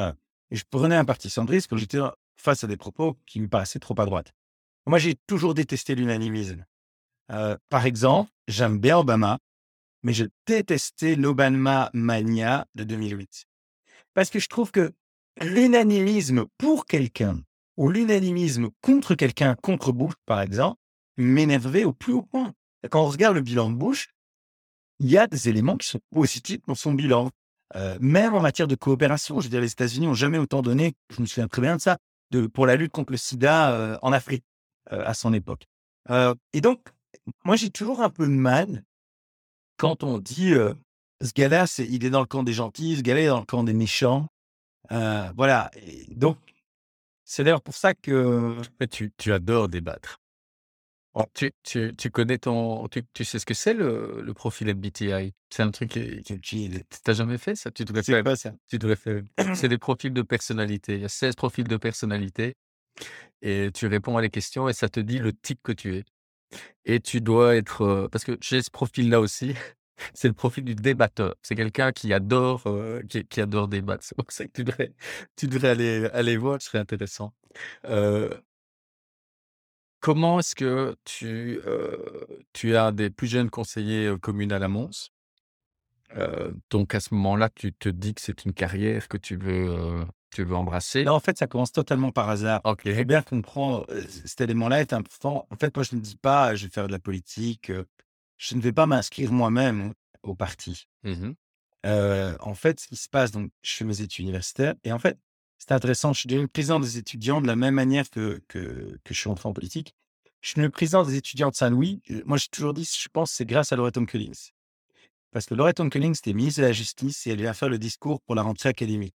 et je prenais un parti centriste quand j'étais face à des propos qui me paraissaient trop à droite. Moi, j'ai toujours détesté l'unanimisme. Heu, par exemple, j'aime bien Obama, mais je détestais l'Obama mania de deux mille huit. Parce que je trouve que l'unanimisme pour quelqu'un ou l'unanimisme contre quelqu'un, contre Bush, par exemple, m'énervait au plus haut point. Quand on regarde le bilan de Bush, il y a des éléments qui sont positifs dans son bilan. Heu, même en matière de coopération, je veux dire, les États-Unis ont jamais autant donné, je me souviens très bien de ça, de pour la lutte contre le sida, heu, en Afrique, heu, à son époque. Heu et donc, moi, j'ai toujours un peu de mal quand on dit, heu: «Ce gars-là, c'est il est dans le camp des gentils, ce gars-là est dans le camp des méchants». Heu, voilà et donc c'est d'ailleurs pour ça que Mais tu tu adores débattre. oh, Tu tu tu connais ton tu tu sais ce que c'est le le profil M B T I? C'est un truc qui que qui tu as jamais fait ça? Tu devrais c'est faire quoi ça? tu devrais faire. C'est des profils de personnalité. Il y a seize profils de personnalité et tu réponds à les questions et ça te dit le type que tu es et tu dois être, heu parce que j'ai ce profil-là aussi, c'est le profil du débatteur. C'est quelqu'un qui adore, heu, qui qui adore débattre. C'est pour ça que tu devrais tu devrais aller aller voir, ce serait intéressant. Heu Comment est-ce que tu, heu, tu as des plus jeunes conseillers, heu, communaux à Mons, heu, donc à ce moment-là, tu te dis que c'est une carrière que tu veux, heu, tu veux embrasser? Là, en fait, ça commence totalement par hasard. Il faut OK. bien comprendre, heu, c cet élément-là est important. En fait, moi, je ne dis pas: «Je vais faire de la politique», heu, je ne vais pas m'inscrire moi-même au parti. Mmh. Heu, en fait, ce qui se passe donc je fais mes études universitaires et en fait, c'est intéressant, je suis devenu président des étudiants de la même manière que que que je suis entré en politique. Je suis devenu président des étudiants de Saint-Louis. Heu, moi, j'ai toujours dit, je pense, c'est grâce à Laurette Collins. Parce que Laurette Collins était ministre de la Justice et elle vient faire le discours pour la rentrée académique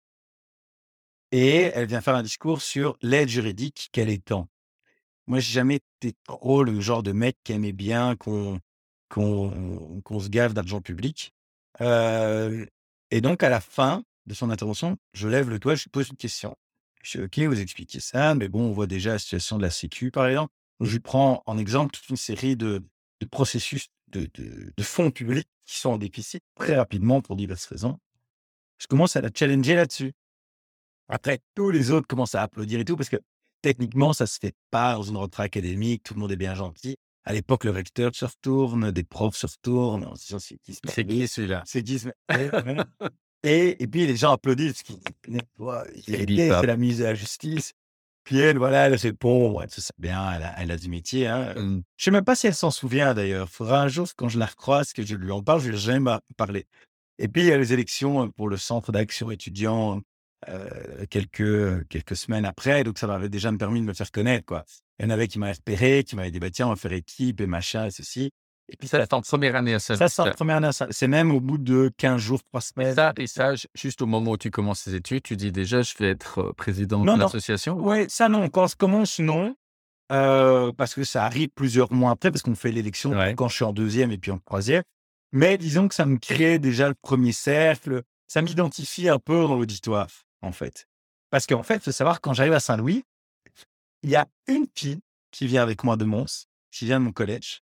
et elle vient faire un discours sur l'aide juridique qu'elle étend. Moi, j'ai jamais été trop le genre de mec qui aimait bien qu'on qu'on qu'on se gave d'argent public. Heu et donc à la fin de son intervention, je lève le doigt, je lui pose une question. Je dis: «OK, vous expliquez ça, mais bon, on voit déjà la situation de la sécu», par exemple. Je lui prends en exemple toute une série de de processus de de de fonds publics qui sont en déficit très rapidement pour diverses raisons. Je commence à la challenger là-dessus. Après, tous les autres commencent à applaudir et tout, parce que techniquement, ça se fait pas dans une rentrée académique, tout le monde est bien gentil. À l'époque, le recteur se retourne, des profs se retournent en se disant: «C'est qui ce C'est qui merdier? celui-là? C'est qui ce mer» et et puis les gens applaudissent parce qu'ils il Il dit était, pas. c'est la ministre de la justice. Puis elle, voilà, elle répond, ouais, ça c'est bien, elle a elle a du métier, hein. Mmh. Je sais même pas si elle s'en souvient d'ailleurs. Faudra un jour, quand je la recroise, que je lui en parle, je lui ai jamais ma parlé. Et puis il y a les élections, heu, pour le centre d'action étudiant, heu, quelques, heu, quelques semaines après, donc ça m'avait déjà me permis de me faire connaître, quoi. Il y en avait qui m'avaient repéré, qui m'avaient dit: «Bah, tiens, on va faire équipe et machin et ceci» et puis Ça, ça c'est en première année à ça, c'est en Saint-Louis. première année, ça c'est même au bout de quinze jours, trois Et semaines. ça et ça, ju juste au moment où tu commences tes études, tu dis déjà: «Je vais être, heu, président de Non, non, l'association»? ouais, ça non, quand je commence, non, heu, parce que ça arrive plusieurs mois après, parce qu'on fait l'élection Ouais. quand je suis en deuxième et puis en troisième. Mais disons que ça me crée déjà le premier cercle, ça m'identifie un peu dans l'auditoire, en fait. Parce qu'en fait, il faut savoir quand j'arrive à Saint-Louis, il y a une fille qui vient avec moi de Mons, qui vient de mon collège,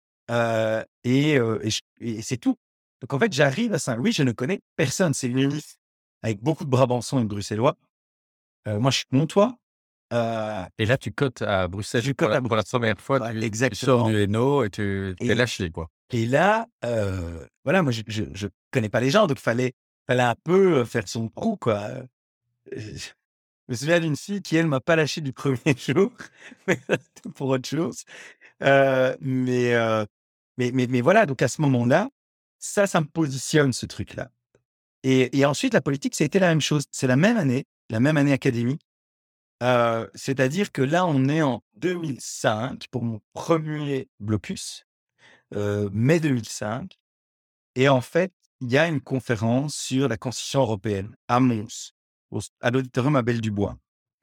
heu et heu et j et c'est tout. Donc en fait, j'arrive à Saint-Louis, je ne connais personne. C'est une élite avec beaucoup de Brabançons et de Bruxellois. Heu, moi, je suis montois, heu, Et là, tu cotes à Bruxelles je pour cote la à pour la Bruxelles. première fois, Ouais, tu tu sors exactement du Hainaut et tu tu es et lâché, quoi. et là, heu, voilà, moi, je je je connais pas les gens, donc fallait fallait un peu, heu, faire son trou, quoi, heu, je me souviens d'une fille qui, elle, m'a pas lâché du premier jour, mais ça, c'était pour autre chose, heu, mais heu, mais mais mais voilà, donc à ce moment-là, ça, ça me positionne, ce truc-là et et ensuite la politique, ça a été la même chose. C'est la même année, la même année académique, heu, c'est-à-dire que là, on est en deux mille cinq pour mon premier blocus, heu, mai deux mille cinq. Et en fait, il y a une conférence sur la Constitution européenne à Mons, au s à l'auditorium Abel Dubois.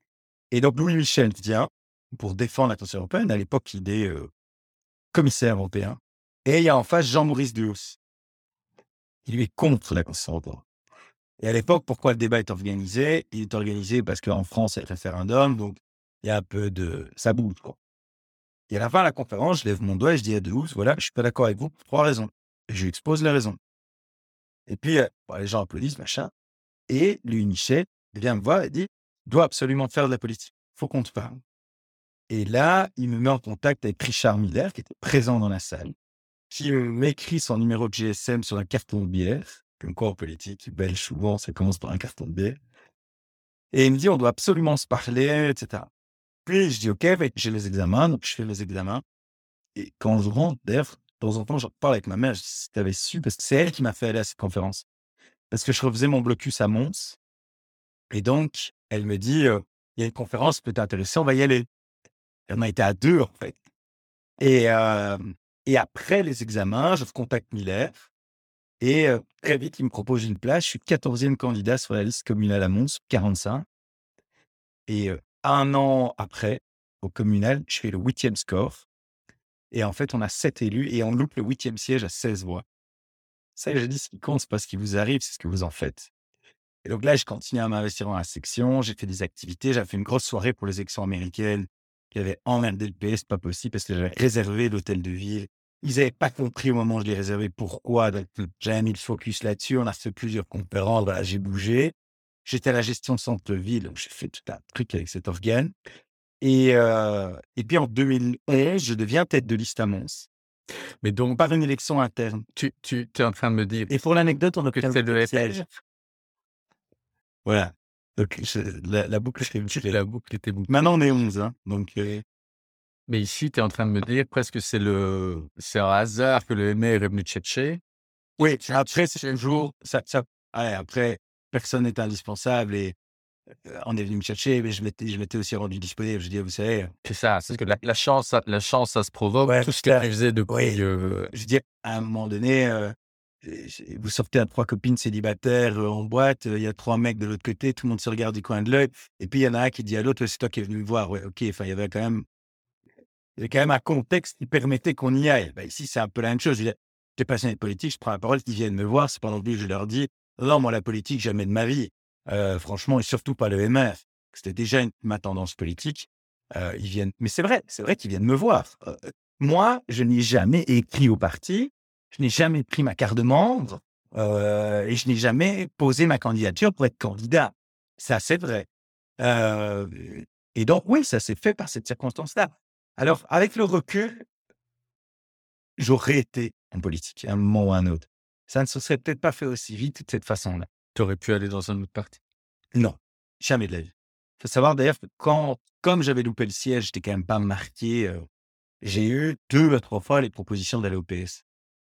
Et donc Louis Michel vient pour défendre la Constitution européenne. À l'époque, il est, heu, commissaire européen et il y a en face Jean-Maurice Duhaus. Il lui est contre la Constitution européenne. Et à l'époque, pourquoi le débat est organisé? Il est organisé parce qu'en France, il y a le référendum, donc il y a un peu de ça bouge, quoi. Et à la fin de la conférence, je lève mon doigt et je dis à Duhaus: «Voilà, je suis pas d'accord avec vous pour trois raisons» et je lui expose les raisons. Et puis, heu, bah, les gens applaudissent, machin. Et Louis Michel il vient me voir et dit: «Tu dois absolument faire de la politique. Faut qu'on te parle». Et là, il me met en contact avec Richard Miller, qui était présent dans la salle, qui euh, m'écrit son numéro de G S M sur un carton de bière. Comme quoi, en politique, belge, souvent, ça commence par un carton de bière. Et il me dit: «On doit absolument se parler», et cetera. Puis je dis: «OK, bah, j'ai les examens», donc je fais les examens. Et quand je rentre, d'ailleurs, de temps en temps, je reparle avec ma mère, je dis: «Si tu avais su», parce que c'est elle qui m'a fait aller à cette conférence. Parce que je refaisais mon blocus à Mons et donc elle me dit, heu: «Il y a une conférence qui peut t'intéresser, on va y aller». Et on a été à deux en fait. Et hem et après les examens, je recontacte Miller et heu, très vite, il me propose une place. Je suis quatorzième candidat sur la liste communale à Mons, quarante-cinq. Et heu, un an après, au communal, je fais le huitième score et en fait, on a sept élus et on loupe le huitième siège à seize voix. Ça, j'ai dit: «Ce qui compte, c'est pas ce qui vous arrive, c'est ce que vous en faites». Et donc là, je continue à m'investir dans la section. J'ai fait des activités. J'avais fait une grosse soirée pour les élections américaines qui avait emmerdé le P S, pas possible, parce que j'avais réservé l'hôtel de ville. Ils n'avaient pas compris au moment où je l'ai réservé pourquoi. Donc, j'avais mis le focus là-dessus. On a fait plusieurs conférences. Voilà, j'ai bougé. J'étais à la gestion de centre-ville. Donc, j'ai fait tout un truc avec cet organe. Et, euh, et puis en deux mille onze, je deviens tête de liste à Mons Mais donc, par une élection interne. tu, tu es en train de me dire Et pour l'anecdote, on que obtient c'est le le siège. F R. Voilà. Donc, je- la, la boucle est bouclée. La boucle était bouclée. Maintenant, on est onze. Hein, donc, euh, Mais ici, tu es en train de me dire presque c'est le, c'est un hasard que le M R est venu te chercher. oui, après, c'est toujours ça, ça ouais, après, personne n'est indispensable et heu, on est venu me chercher, mais je m'étais je m'étais aussi rendu disponible. Je dis: «Vous savez», C'est ça, c'est que la, la chance, ça- la chance, ça se provoque. ouais, Tout ce c'est que ça. tu faisais depuis. Oui. euh, je dis à un moment donné, heu, j'ai vous sortez à trois copines célibataires, heu, en boîte, heu, il y a trois mecs de l'autre côté, tout le monde se regarde du coin de l'œil et puis il y en a un qui dit à l'autre: «Ouais, c'est toi qui es venu me voir». Ouais, OK, enfin, il y avait quand même il y avait quand même un contexte qui permettait qu'on y aille. Bah, ici, c'est un peu la même chose. Je veux dire, j'étais passionné de politique, je prends la parole, ils viennent me voir, c'est pas non plus que je leur dis: «Non, moi, la politique, jamais de ma vie». Heu, franchement et surtout pas le M R. C'était déjà une ma tendance politique. Heu, ils viennent mais c'est vrai, c'est vrai qu'ils viennent me voir. Heu, moi, je n'ai jamais écrit au parti, je n'ai jamais pris ma carte de membre, heu et je n'ai jamais posé ma candidature pour être candidat. Ça, c'est vrai. Heu et donc oui, ça s'est fait par cette circonstance-là. Alors, avec le recul, j'aurais été en politique à un moment ou à un autre. Ça ne se serait peut-être pas fait aussi vite de cette façon-là. Tu aurais pu aller dans un autre parti. Non, jamais de la vie. Il faut savoir d'ailleurs que quand comme j'avais loupé le siège, j'étais quand même pas marqué, heu, j'ai eu deux à trois fois les propositions d'aller au P S.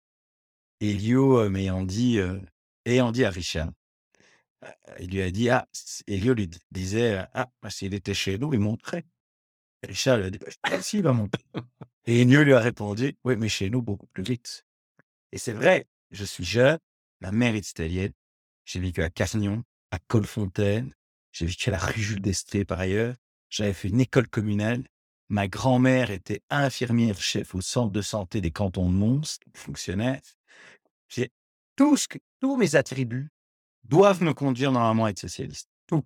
Elio, heu, m'ayant dit, heu, ayant dit à Richard, heu, il lui a dit: «Ah», s Elio lui d disait: «Ah, bah, s'il était chez nous, il monterait». Et Richard lui a dit: «Bah, si, il va monter». Et Elio lui a répondu: «Oui, mais chez nous, beaucoup plus vite». Et c'est vrai, je suis jeune, ma mère est italienne, j'ai vécu à Carignan, à Colfontaine, j'ai vécu à la rue Jules d'Estrées par ailleurs, j'avais fait une école communale, ma grand-mère était infirmière chef au centre de santé des cantons de Mons, fonctionnaire. J'ai tout ce que tous mes attributs doivent me conduire normalement à être socialiste, tout.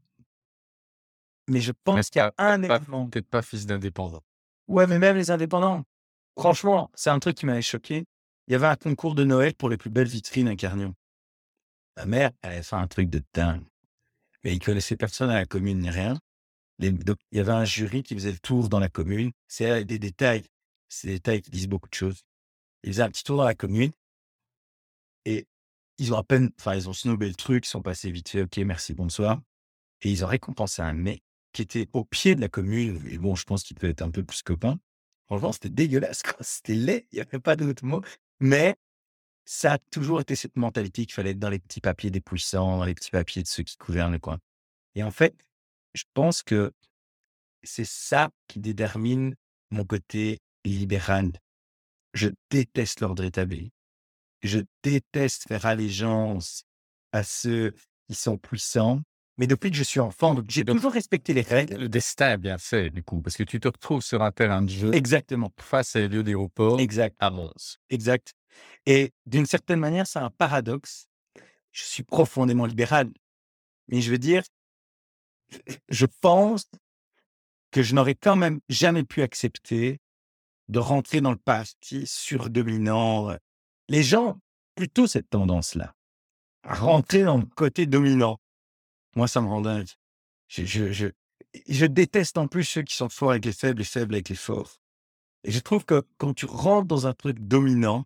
Mais je Mais pense qu'il y a pas, un pas- élément. peut-être pas fils d'indépendant. Ouais, mais même les indépendants, franchement, c'est un truc qui m'avait choqué. Il y avait un concours de Noël pour les plus belles vitrines à Carignan. Ma mère, elle avait fait un truc de dingue. Mais ils connaissaient personne à la commune ni rien. Les donc il y avait un jury qui faisait le tour dans la commune. C'est, heu, des détails. C'est des détails qui disent beaucoup de choses. Ils faisaient un petit tour dans la commune et ils ont à peine enfin, ils ont snobé le truc, ils sont passés vite fait: «OK, merci, bonsoir» et ils ont récompensé un mec qui était au pied de la commune et bon, je pense qu'il devait être un peu plus copain. Franchement, c'était dégueulasse, quoi. C'était laid, il y avait pas d'autre mot. Mais ça a toujours été cette mentalité qu'il fallait être dans les petits papiers des puissants, dans les petits papiers de ceux qui gouvernent le coin. Et en fait, je pense que c'est ça qui détermine mon côté libéral. Je déteste l'ordre établi. Je déteste faire allégeance à ceux qui sont puissants. Mais depuis que je suis enfant, donc j'ai Donc, toujours respecté les règles. le destin est bien fait, du coup, parce que tu te retrouves sur un terrain de jeu Exactement. face à Elio d'aéroport Exact. à Mons. Exact. Et d'une certaine manière, c'est un paradoxe. Je suis profondément libéral. Mais je veux dire, je pense que je n'aurais quand même jamais pu accepter de rentrer dans le parti surdominant. Les gens ont plutôt cette tendance-là, à rentrer dans le côté dominant. Moi, ça me rend dingue. Je je je je déteste en plus ceux qui sont forts avec les faibles et faibles avec les forts. Et je trouve que quand tu rentres dans un truc dominant,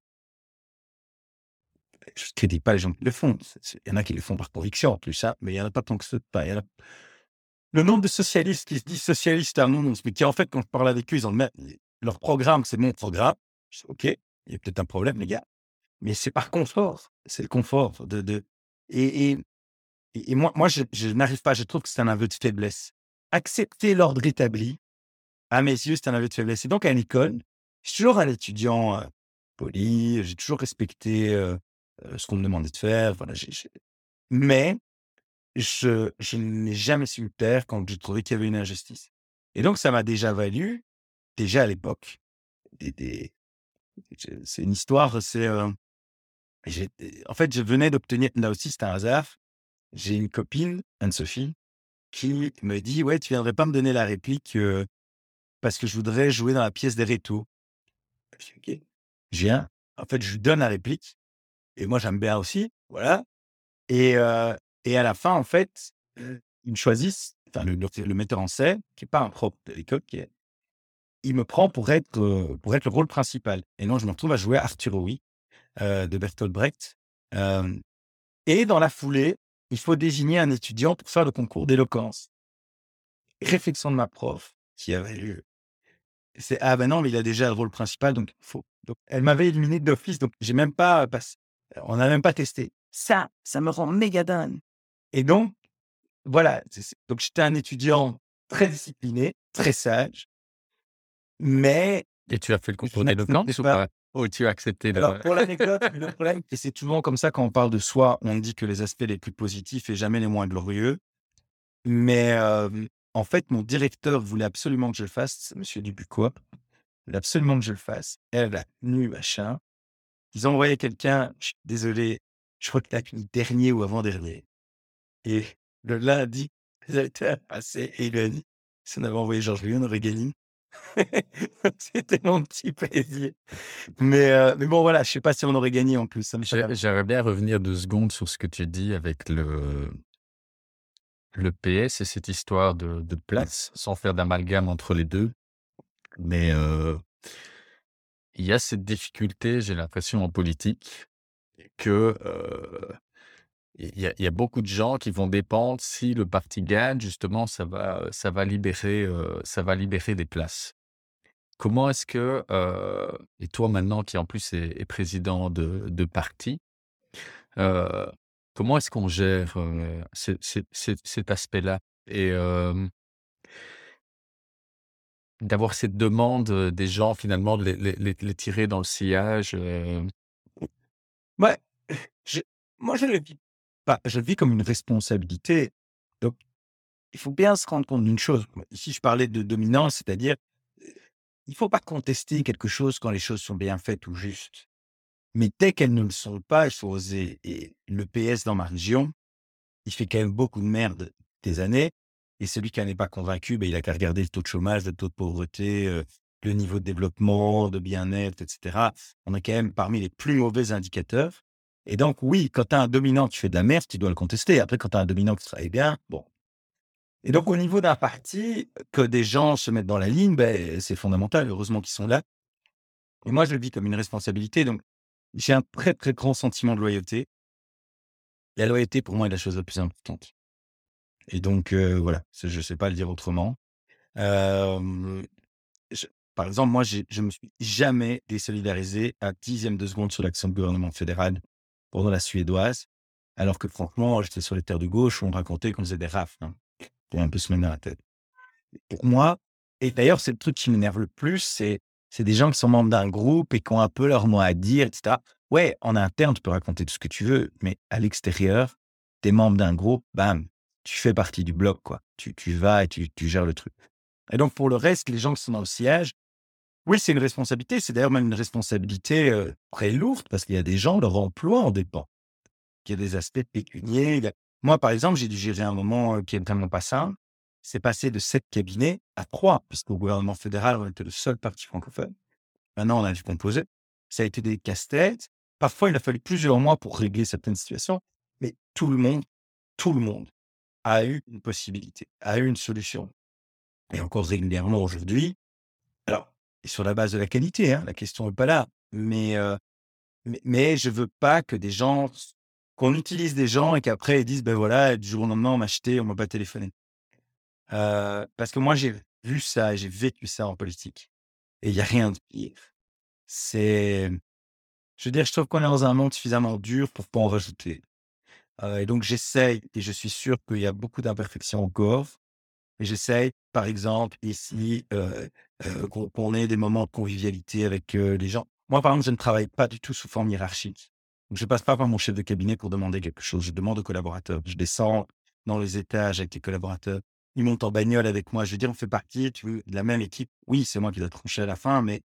je ne critique pas les gens qui le font. C'est c'est il y en a qui le font par conviction en plus, hein, mais il y en a pas tant que ça. Enfin, il y en a le nombre de socialistes qui se disent socialistes à mon mais qui en fait, quand je parle avec eux, ils ont le même leur programme, c'est mon programme. Je dis: «OK, il y a peut-être un problème les gars». Mais c'est par confort, c'est le confort de de et et et et moi moi je je n'arrive pas, je trouve que c'est un aveu de faiblesse. Accepter l'ordre établi, à mes yeux, c'est un aveu de faiblesse et donc à l'école, je suis toujours un étudiant, heu, poli, j'ai toujours respecté, heu heu, ce qu'on me demandait de faire, voilà, j'ai j'ai mais je je n'ai jamais su me taire quand j'ai trouvé qu'il y avait une injustice et donc ça m'a déjà valu, déjà à l'époque, des des je c'est une histoire, c'est, heu, j'étais en fait, je venais d'obtenir là aussi, c'était un hasard. J'ai une copine, Anne-Sophie, qui me dit: «Ouais, tu viendrais pas me donner la réplique, heu, parce que je voudrais jouer dans la pièce des Rétaux». Je dis: «OK». Je viens, en fait, je lui donne la réplique et moi j'aime bien aussi, voilà et heu et à la fin, en fait, heu, ils me choisissent, enfin le le le metteur en scène, qui est pas un prof de l'école, qui est il me prend pour être, heu, pour être le rôle principal et donc je me retrouve à jouer Arthur Oui, heu, de Bertolt Brecht, hem et dans la foulée, il faut désigner un étudiant pour faire le concours d'éloquence. Réflexion de ma prof qui avait lieu. C'est: «Ah ben non, mais il a déjà le rôle principal, donc il faut». Donc elle m'avait éliminé d'office, donc j'ai même pas passé, on n'a même pas testé. Ça, ça me rend méga dingue et donc voilà, c'est c'est donc j'étais un étudiant très discipliné, très sage, mais Et tu as fait le je concours n'acceptais d'éloquence ou pas. pas? Ou tu as accepté Alors le pour l'anecdote, le problème et c'est souvent comme ça quand on parle de soi, on dit que les aspects les plus positifs et jamais les moins glorieux. Mais, hem, en fait, mon directeur voulait absolument que je le fasse, c'est monsieur Dubuquois, il voulait absolument que je le fasse. Elle a tenu, machin. Ils ont envoyé quelqu'un, je suis désolé, je crois qu'il a fini dernier ou avant-dernier et le lundi, ils étaient à passer et il lui a dit: «Si on avait envoyé Georges Louis, on aurait gagné». C'était mon petit plaisir. Mais, heu, mais bon, voilà, je sais pas si on aurait gagné en plus, ça me J'ai ferait j'aimerais bien revenir deux secondes sur ce que tu dis avec le le P S et cette histoire de de place, sans faire d'amalgame entre les deux. Mais, heu, il y a cette difficulté, j'ai l'impression en politique que, heu, il y a il y a beaucoup de gens qui vont dépendre si le parti gagne, justement, ça va, ça va libérer, heu, ça va libérer des places. Comment est-ce que, heu et toi maintenant qui en plus est est président de de parti, heu, comment est-ce qu'on gère, heu, ce ce cet cet aspect-là? Et hem, d'avoir cette demande, heu, des gens finalement de les les les les tirer dans le sillage, heu ouais, je moi je le vis pas, je le vis comme une responsabilité. Donc il faut bien se rendre compte d'une chose. Ici, je parlais de dominance, c'est-à-dire, heu, il faut pas contester quelque chose quand les choses sont bien faites ou justes. Mais dès qu'elles ne le sont pas, il faut oser et le P S dans ma région, il fait quand même beaucoup de merde des années et celui qui en est pas convaincu, ben il a qu'à regarder le taux de chômage, le taux de pauvreté, heu, le niveau de développement, de bien-être et cetera. On est quand même parmi les plus mauvais indicateurs et donc oui, quand tu as un dominant qui fait de la merde, tu dois le contester. Après, quand tu as un dominant qui travaille bien, bon. Et donc au niveau d'un parti, que des gens se mettent dans la ligne, beh, c'est fondamental. Heureusement qu'ils sont là et moi, je le vis comme une responsabilité donc j'ai un très, très grand sentiment de loyauté. La loyauté, pour moi, est la chose la plus importante et donc heu, voilà, c'est je sais pas le dire autrement. Hem, je par exemple, moi, j'ai je me suis jamais désolidarisé un dixième de seconde sur l'action du gouvernement fédéral pendant la suédoise, alors que franchement, j'étais sur les terres de gauche où on racontait qu'on faisait des rafles, hein. Pour un peu se mettre dans la tête. Pour moi et d'ailleurs, c'est le truc qui m'énerve le plus, c'est c'est des gens qui sont membres d'un groupe et qui ont un peu leur mot à dire et cetera. Ouais, en interne, tu peux raconter tout ce que tu veux, mais à l'extérieur, tu es membre d'un groupe, bam, tu fais partie du bloc, quoi. Tu tu vas et tu tu gères le truc et donc pour le reste, les gens qui sont dans le siège, oui, c'est une responsabilité, c'est d'ailleurs même une responsabilité, heu, très lourde parce qu'il y a des gens, leur emploi en dépend. Il y a des aspects pécuniaires, il y a moi, par exemple, j'ai dû gérer un moment, heu, qui est vraiment pas simple. C'est passé de sept cabinets à trois, parce qu'au gouvernement fédéral, on était le seul parti francophone. Maintenant, on a dû composer. Ça a été des casse-têtes. Parfois, il a fallu plusieurs mois pour régler certaines situations, mais tout le monde, tout le monde a eu une possibilité, a eu une solution et encore régulièrement aujourd'hui. Alors, et sur la base de la qualité, hein, la question est pas là, mais heu, mais mais je veux pas que des gens s qu'on utilise des gens et qu'après ils disent: «Beh, voilà, du jour au lendemain, on m'a acheté, on m'a pas téléphoné». Heu, parce que moi, j'ai vu ça et j'ai vécu ça en politique et il y a rien de pire. C'est je veux dire, je trouve qu'on est dans un monde suffisamment dur pour pas en rajouter. Heu et donc j'essaye et je suis sûr qu'il y a beaucoup d'imperfections encore. Et j'essaye, par exemple, ici, heu heu, qu'on qu'on ait des moments de convivialité avec, heu, les gens. Moi, par exemple, je ne travaille pas du tout sous forme hiérarchique. Donc je passe pas par mon chef de cabinet pour demander quelque chose. Je demande aux collaborateurs. Je descends dans les étages avec les collaborateurs. Ils montent en bagnole avec moi. Je veux dire, on fait partie, tu veux, de la même équipe. Oui, c'est moi qui dois trancher à la fin, mais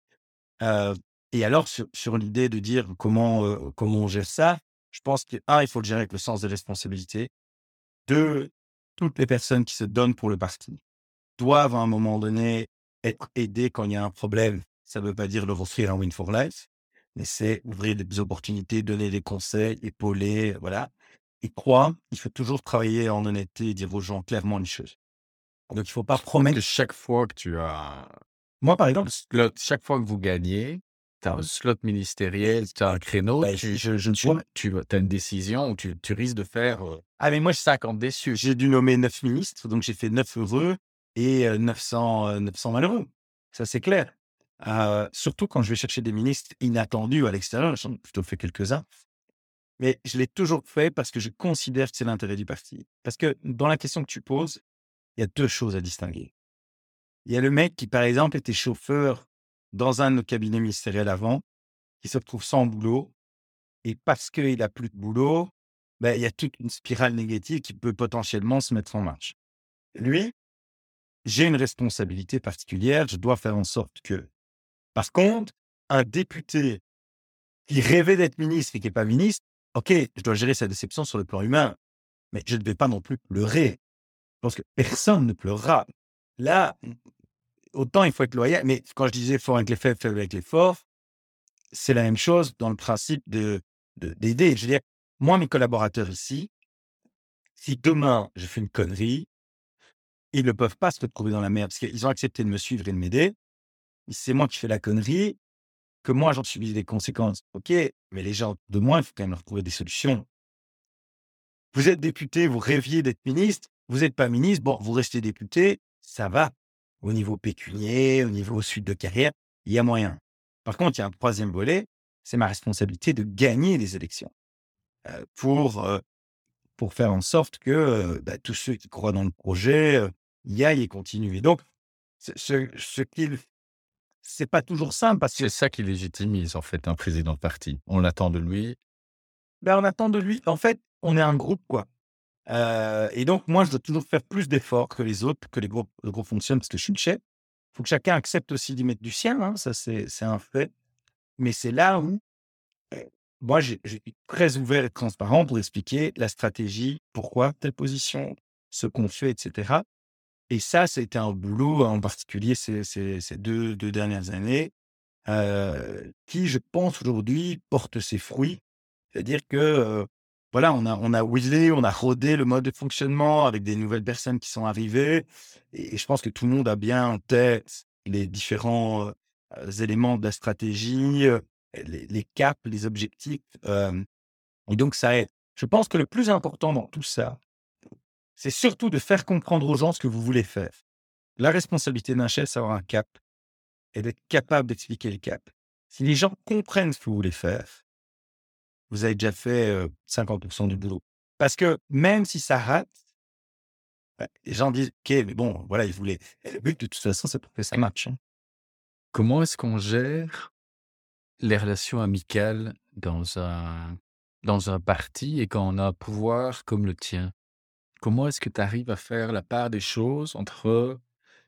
heu et alors sur sur l'idée de dire comment, heu, comment on gère ça, je pense que un, il faut le gérer avec le sens de responsabilité. Deux, toutes les personnes qui se donnent pour le parti doivent à un moment donné être aidés quand il y a un problème. Ça ne veut pas dire leur offrir un win for life, mais c'est ouvrir des opportunités, donner des conseils, épauler, voilà. Et trois, il faut toujours travailler en honnêteté et dire aux gens clairement les choses. Donc il faut pas Parce que promettre. chaque fois que tu as Moi, par un exemple, slot, chaque fois que vous gagnez, tu as un slot ministériel, tu as un créneau, bah, tu je je tu dois tu as une décision où tu tu risques de faire, heu, ah mais moi, cinquante déçus. j'ai dû nommer neuf ministres, donc j'ai fait neuf heureux et heu, neuf cents, heu, neuf cents malheureux. Ça, c'est clair. Heu, surtout quand je vais chercher des ministres inattendus à l'extérieur, j'en ai plutôt fait quelques-uns. Mais je l'ai toujours fait parce que je considère que c'est l'intérêt du parti. Parce que dans la question que tu poses, il y a deux choses à distinguer. Il y a le mec qui, par exemple, était chauffeur dans un de nos cabinets ministériels avant, qui se retrouve sans boulot et parce qu'il a plus de boulot, ben, il y a toute une spirale négative qui peut potentiellement se mettre en marche. Lui, j'ai une responsabilité particulière, je dois faire en sorte que par contre, un député qui rêvait d'être ministre et qui est pas ministre, OK, je dois gérer sa déception sur le plan humain, mais je ne vais pas non plus pleurer. Je pense que personne ne pleurera. Là, autant il faut être loyal, mais quand je disais fort avec les faibles, faible avec les forts, c'est la même chose dans le principe de de d'aider. Je veux dire, moi, mes collaborateurs ici, si demain je fais une connerie, ils ne peuvent pas se retrouver dans la merde parce qu'ils ont accepté de me suivre et de m'aider. C'est moi qui fais la connerie, que moi j'en subis les conséquences. OK, mais les gens de moi, il faut quand même leur trouver des solutions. Vous êtes député, vous rêviez d'être ministre, vous êtes pas ministre, bon, vous restez député, ça va. Au niveau pécunier, au niveau suite de carrière, il y a moyen. Par contre, il y a un troisième volet, c'est ma responsabilité de gagner les élections, heu, pour, heu, pour faire en sorte que, heu, bah, tous ceux qui croient dans le projet, heu, y aillent et continuent et donc ce ce ce qu'il c'est pas toujours simple parce C'est que, ça qui légitimise en fait un président de parti. On l'attend de lui. bah, on attend de lui en fait, on est un groupe, quoi. Heu et donc moi, je dois toujours faire plus d'efforts que les autres, que les groupes le groupe fonctionne parce que je suis le chef. Il faut que chacun accepte aussi d'y mettre du sien, hein, ça c'est c'est un fait. Mais c'est là où, heu, moi j'ai je suis très ouvert et transparent pour expliquer la stratégie, pourquoi telle position, ce qu'on fait et cetera et ça, ça a été un boulot, en particulier ces ces ces deux 2 dernières années, heu, qui je pense aujourd'hui porte ses fruits. C'est-à-dire que, heu, voilà, on a on a whizzé, on a rodé le mode de fonctionnement avec des nouvelles personnes qui sont arrivées et et je pense que tout le monde a bien en tête les différents, heu heu, éléments de la stratégie, heu, les les caps, les objectifs, hem et donc ça aide. Je pense que le plus important dans tout ça, c'est surtout de faire comprendre aux gens ce que vous voulez faire. La responsabilité d'un chef, c'est avoir un cap et d'être capable d'expliquer le cap. Si les gens comprennent ce que vous voulez faire, vous avez déjà fait, heu, cinquante du boulot. Parce que même si ça rate, bah, les gens disent: «OK, mais bon, voilà, ils voulaient» et le but de toute façon, c'est pour que ça matche, hein. Comment est-ce qu'on gère les relations amicales dans un dans un parti et quand on a un pouvoir comme le tien? Comment est-ce que tu arrives à faire la part des choses entre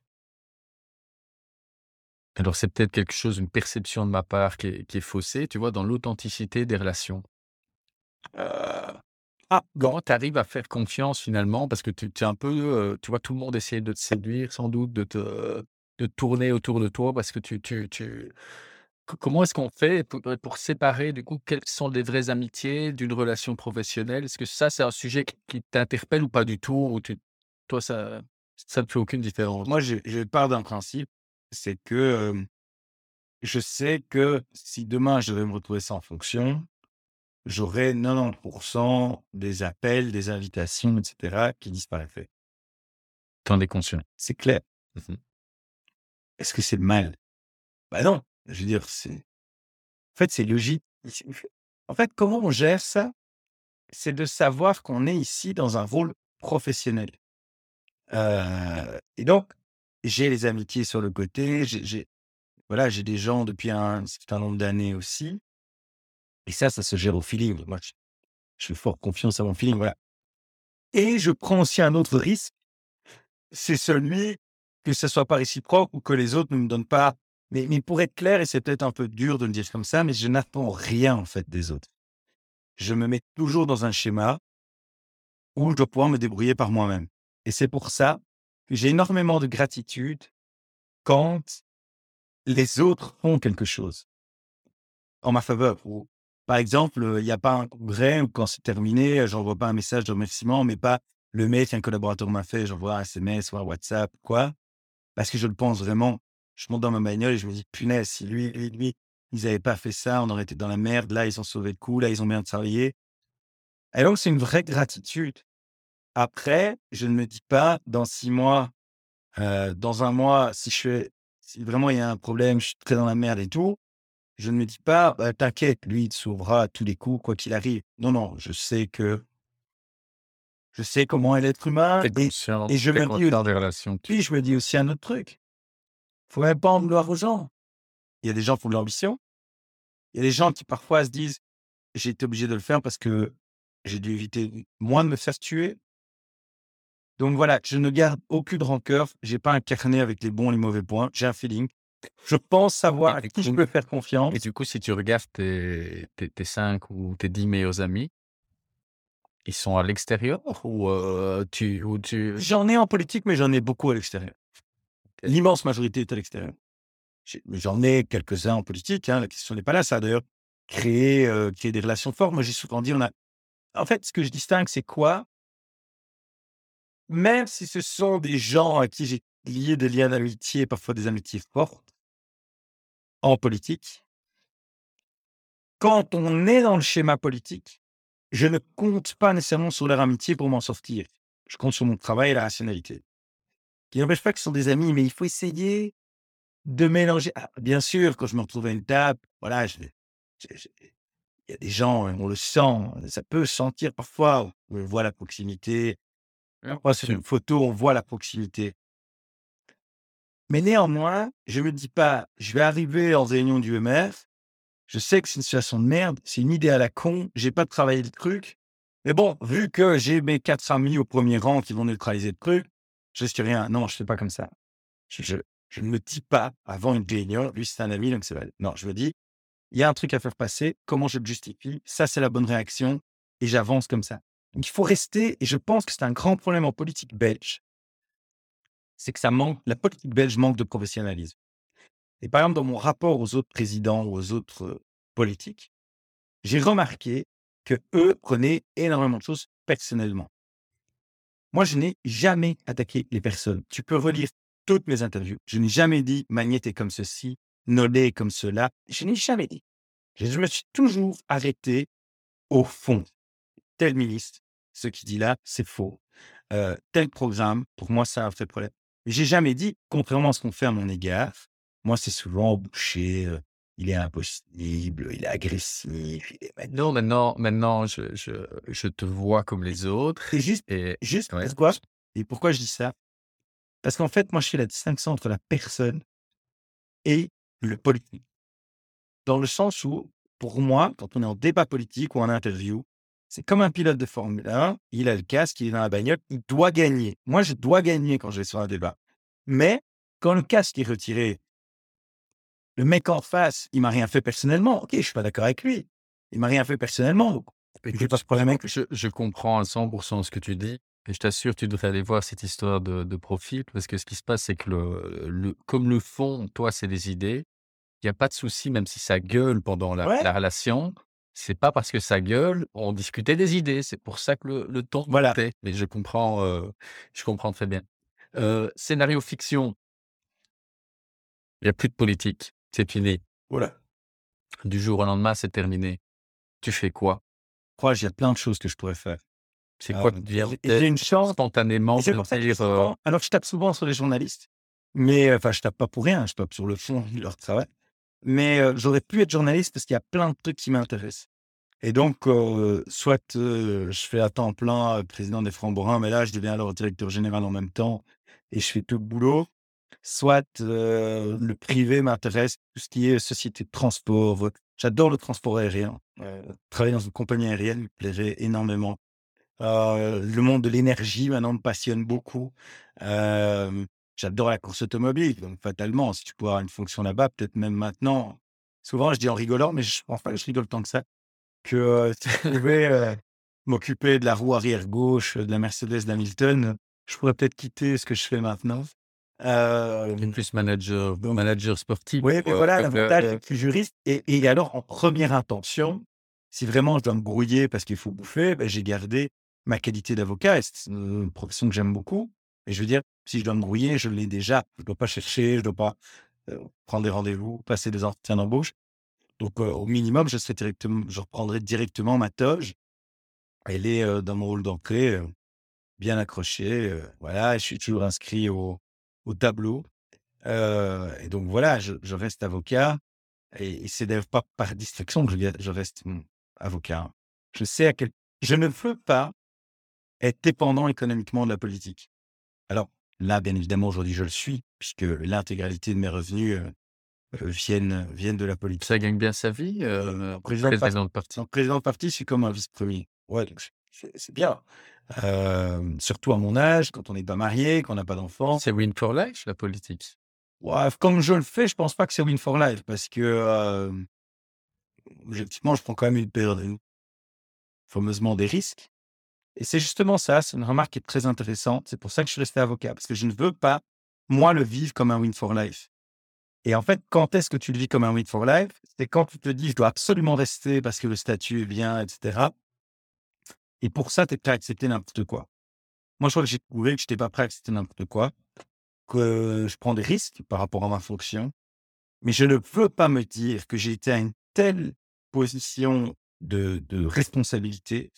alors c'est peut-être quelque chose, une perception de ma part qui est qui est faussée, tu vois, dans l'authenticité des relations? Heu, ah, bon, Comment tu arrives à faire confiance finalement? Parce que tu tu es un peu, heu, tu vois, tout le monde essaie de te séduire sans doute, de te de tourner autour de toi parce que tu tu tu co comment est-ce qu'on fait pour pour séparer, du coup, quelles sont les vraies amitiés d'une relation professionnelle? Est-ce que ça, c'est un sujet qui qui t'interpelle ou pas du tout? Ou tu toi, ça ça ne fait aucune différence? Moi, je je pars d'un principe, c'est que, hem, je sais que si demain je devais me retrouver sans fonction, j'aurais quatre-vingt-dix des appels, des invitations et cetera qui disparaîtraient. Tu en es conscient? C'est clair. Mmh. Est-ce que c'est mal? Bah non, je veux dire, c'est en fait, c'est logique. En fait, comment on gère ça? C'est de savoir qu'on est ici dans un rôle professionnel. Heu et donc j'ai les amitiés sur le côté, j'ai j'ai voilà, j'ai des gens depuis un certain nombre d'années aussi et ça, ça se gère au feeling. Moi, je je fais fort confiance à mon feeling, voilà et je prends aussi un autre risque, c'est celui que ça soit pas réciproque ou que les autres ne me donnent pas mais mais pour être clair et c'est peut-être un peu dur de le dire comme ça, mais je n'attends rien, en fait, des autres. Je me mets toujours dans un schéma où je dois pouvoir me débrouiller par moi-même et c'est pour ça que j'ai énormément de gratitude quand les autres font quelque chose en ma faveur ou par exemple, heu, il y a pas un congrès ou quand c'est terminé, heu, j'envoie pas un message de remerciement, mais pas le mail qu'un collaborateur m'a fait, j'envoie un S M S ou un WhatsApp ou quoi, parce que je le pense vraiment. Je monte dans ma bagnole et je me dis: «Punaise, si lui, lui, lui, ils avaient pas fait ça, on aurait été dans la merde. Là, ils ont sauvé le coup, là, ils ont bien travaillé» et donc c'est une vraie gratitude. Après, je ne me dis pas dans six mois, heu, dans un mois, si je fais si vraiment il y a un problème, je suis très dans la merde et tout, je ne me dis pas: «Bah, t'inquiète, lui, il te sauvera à tous les coups, quoi qu'il arrive». Non, non, je sais que je sais comment est l'être humain Tu et conscient et je tu me dis conscient aussi des relations que tu puis je me dis aussi un autre truc, faut même pas en vouloir aux gens. Il y a des gens qui ont de l'ambition, il y a des gens qui parfois se disent: «J'ai été obligé de le faire parce que j'ai dû éviter, moi, de me faire tuer». Donc voilà, je ne garde aucune rancœur, j'ai pas un carnet avec les bons et les mauvais points, j'ai un feeling. Je pense savoir et à du qui je coup peux faire et confiance. du coup, si tu regardes tes tes tes cinq ou tes dix meilleurs amis, ils sont à l'extérieur ou heu, tu ou tu J'en ai en politique, mais j'en ai beaucoup à l'extérieur. L'immense majorité est à l'extérieur. J'ai mais j'en ai quelques-uns en politique, hein, la question n'est pas là. Ça a d'ailleurs créé, heu, créé des relations fortes. Moi, j'ai souvent dit on a en fait, ce que je distingue, c'est quoi? Même si ce sont des gens à qui j'ai lié des liens d'amitié, parfois des amitiés fortes en politique, quand on est dans le schéma politique, je ne compte pas nécessairement sur leur amitié pour m'en sortir. Je compte sur mon travail et la rationalité. Qui n'empêche pas que ce sont des amis, mais il faut essayer de mélanger ah, bien sûr, quand je me retrouve à une table, voilà, je je je il y a des gens, on le sent, ça peut se sentir parfois, on voit la proximité. bien Parfois sur sûr. une photo, on voit la proximité. Mais néanmoins, je me dis pas: «Je vais arriver en réunion du M R, je sais que c'est une situation de merde, c'est une idée à la con, j'ai pas travaillé le truc. Mais bon, vu que j'ai mes quatre amis au premier rang qui vont neutraliser le truc, je risque rien». Non, je fais pas comme ça. Je je je ne me dis pas avant une réunion: «Lui, c'est un ami, donc c'est vrai». Non, je me dis: «Il y a un truc à faire passer, comment je le justifie? Ça, c'est la bonne réaction» et j'avance comme ça. Donc il faut rester et je pense que c'est un grand problème en politique belge, c'est que ça manque la politique belge manque de professionnalisme et par exemple, dans mon rapport aux autres présidents ou aux autres, heu, politiques, j'ai remarqué qu'eux prenaient énormément de choses personnellement. Moi, je n'ai jamais attaqué les personnes. Tu peux relire toutes mes interviews. Je n'ai jamais dit: «Magnette est comme ceci, Nollet est comme cela». Je n'ai jamais dit. Je je me suis toujours arrêté au fond. Tel ministre, ce qu'il dit là, c'est faux. Heu, tel programme, pour moi, ça a fait problème. Mais j'ai jamais dit, contrairement à ce qu'on fait à mon égard, moi, c'est souvent bouché, heu, il est impossible, il est agressif, il est mani Non, maintenant maintenant je je je te vois comme les autres et juste et juste ouais. pourquoi et pourquoi je dis ça? Parce qu'en fait, moi, je fais la distinction entre la personne et le politique. Dans le sens où, pour moi, quand on est en débat politique ou en interview, c'est comme un pilote de Formule un, il a le casque, il est dans la bagnole, il doit gagner. Moi, je dois gagner quand je vais sur un débat. Mais quand le casque est retiré, le mec en face, il m'a rien fait personnellement. OK, je suis pas d'accord avec lui. Il m'a rien fait personnellement, donc j'ai pas de Écoute, problème avec lui. je je comprends à cent pour cent ce que tu dis et je t'assure, tu devrais aller voir cette histoire de de profil parce que ce qui se passe, c'est que le le comme le fond, toi, c'est des idées, il y a pas de souci, même si ça gueule pendant la Ouais, la relation, c'est pas parce que ça gueule, on discutait des idées. C'est pour ça que le le ton voilà. montait. Mais je comprends, heu, je comprends très bien. Heu, scénario fiction, il y a plus de politique, c'est fini. Voilà. Du jour au lendemain, c'est terminé. Tu fais quoi? Crois, il y a plein de choses que je pourrais faire. C'est quoi qui Hem te vient en et tête j'ai une chance spontanément et c'est de pour ça que dire, heu souvent alors je tape souvent sur les journalistes, mais enfin, je tape pas pour rien, je tape sur le fond de leur travail, mais heu, j'aurais pu être journaliste parce qu'il y a plein de trucs qui m'intéressent et donc heu, soit, heu, je fais à temps plein, heu, président des Francs-Borins, mais là, je deviens alors directeur général en même temps et je fais tout le boulot. Soit, heu, le privé m'intéresse, tout ce qui est société de transport, heu, j'adore le transport aérien, heu, travailler dans une compagnie aérienne me plairait énormément. Heu, le monde de l'énergie maintenant me passionne beaucoup. Hem, j'adore la course automobile, donc fatalement, si tu peux avoir une fonction là-bas, peut-être même maintenant souvent je dis en rigolant, mais je pense pas que je rigole tant que ça, que, heu, si je pouvais, heu, m'occuper de la roue arrière gauche de la Mercedes d'Hamilton, je pourrais peut-être quitter ce que je fais maintenant. tu Hem, plus manager donc manager sportif oui, ou, mais heu, voilà, comme le l'avantage, c'est le que je suis juriste et et alors en première intention, si vraiment je dois me brouiller parce qu'il faut bouffer, beh, j'ai gardé ma qualité d'avocat et c'est une profession que j'aime beaucoup et je veux dire, si je dois me brouiller, je l'ai déjà. Je dois pas chercher, je dois pas, heu, prendre des rendez-vous, passer des entretiens d'embauche. Donc, heu, au minimum, je serai directement je reprendrai directement ma toge. Elle est, heu, dans mon hall d'entrée, heu, bien accrochée, heu, voilà, je suis toujours inscrit au au tableau, heu et donc voilà, je je reste avocat. Et et c'est d'ailleurs pas par distraction que je ga je reste, mmh, avocat, hein. Je sais à quel je ne veux pas être dépendant économiquement de la politique. Alors là, bien évidemment, aujourd'hui, je le suis puisque l'intégralité de mes revenus, heu heu, viennent, viennent de la politique. ça gagne bien sa vie, Et heu, en président de parti président de parti? en président de parti, je suis comme un vice-premier. Ouais, donc c'est c'est c'est bien. Hem, surtout à mon âge, quand on n'est pas marié, qu'on n'a pas d'enfant. C'est win for life, la politique? Ouah, comme je le fais, je pense pas que c'est win for life parce que, hem, objectivement, je prends quand même une période fameusement des risques. Et c'est justement ça, c'est une remarque qui est très intéressante. C'est pour ça que je suis resté avocat, parce que je ne veux pas, moi, le vivre comme un win for life. Et en fait, quand est-ce que tu le vis comme un win for life? C'est quand tu te dis: «Je dois absolument rester parce que le statut est bien» et cetera et pour ça, tu es prêt à accepter n'importe quoi. Moi, je crois que j'ai trouvé que je n'étais pas prêt à accepter n'importe quoi, que je prends des risques par rapport à ma fonction, mais je ne veux pas me dire que j'ai été à une telle position de de responsabilité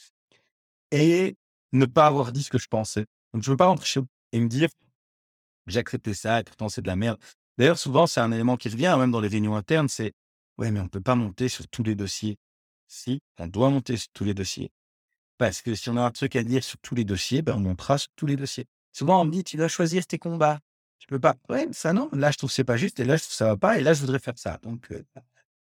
et ne pas avoir dit ce que je pensais. Donc je veux pas rentrer chez moi et me dire: «J'ai accepté ça et pourtant c'est de la merde». D'ailleurs, souvent, c'est un élément qui revient, hein, même dans les réunions internes, c'est: «Ouais, mais on peut pas monter sur tous les dossiers». Si, on doit monter sur tous les dossiers, parce que si on a un truc à dire sur tous les dossiers, ben, on montera sur tous les dossiers. Souvent, on me dit: «Tu dois choisir tes combats». Tu peux pas. Ouais, mais ça non, là, je trouve que c'est pas juste et là, je trouve que ça va pas et là, je voudrais faire ça. Donc heu,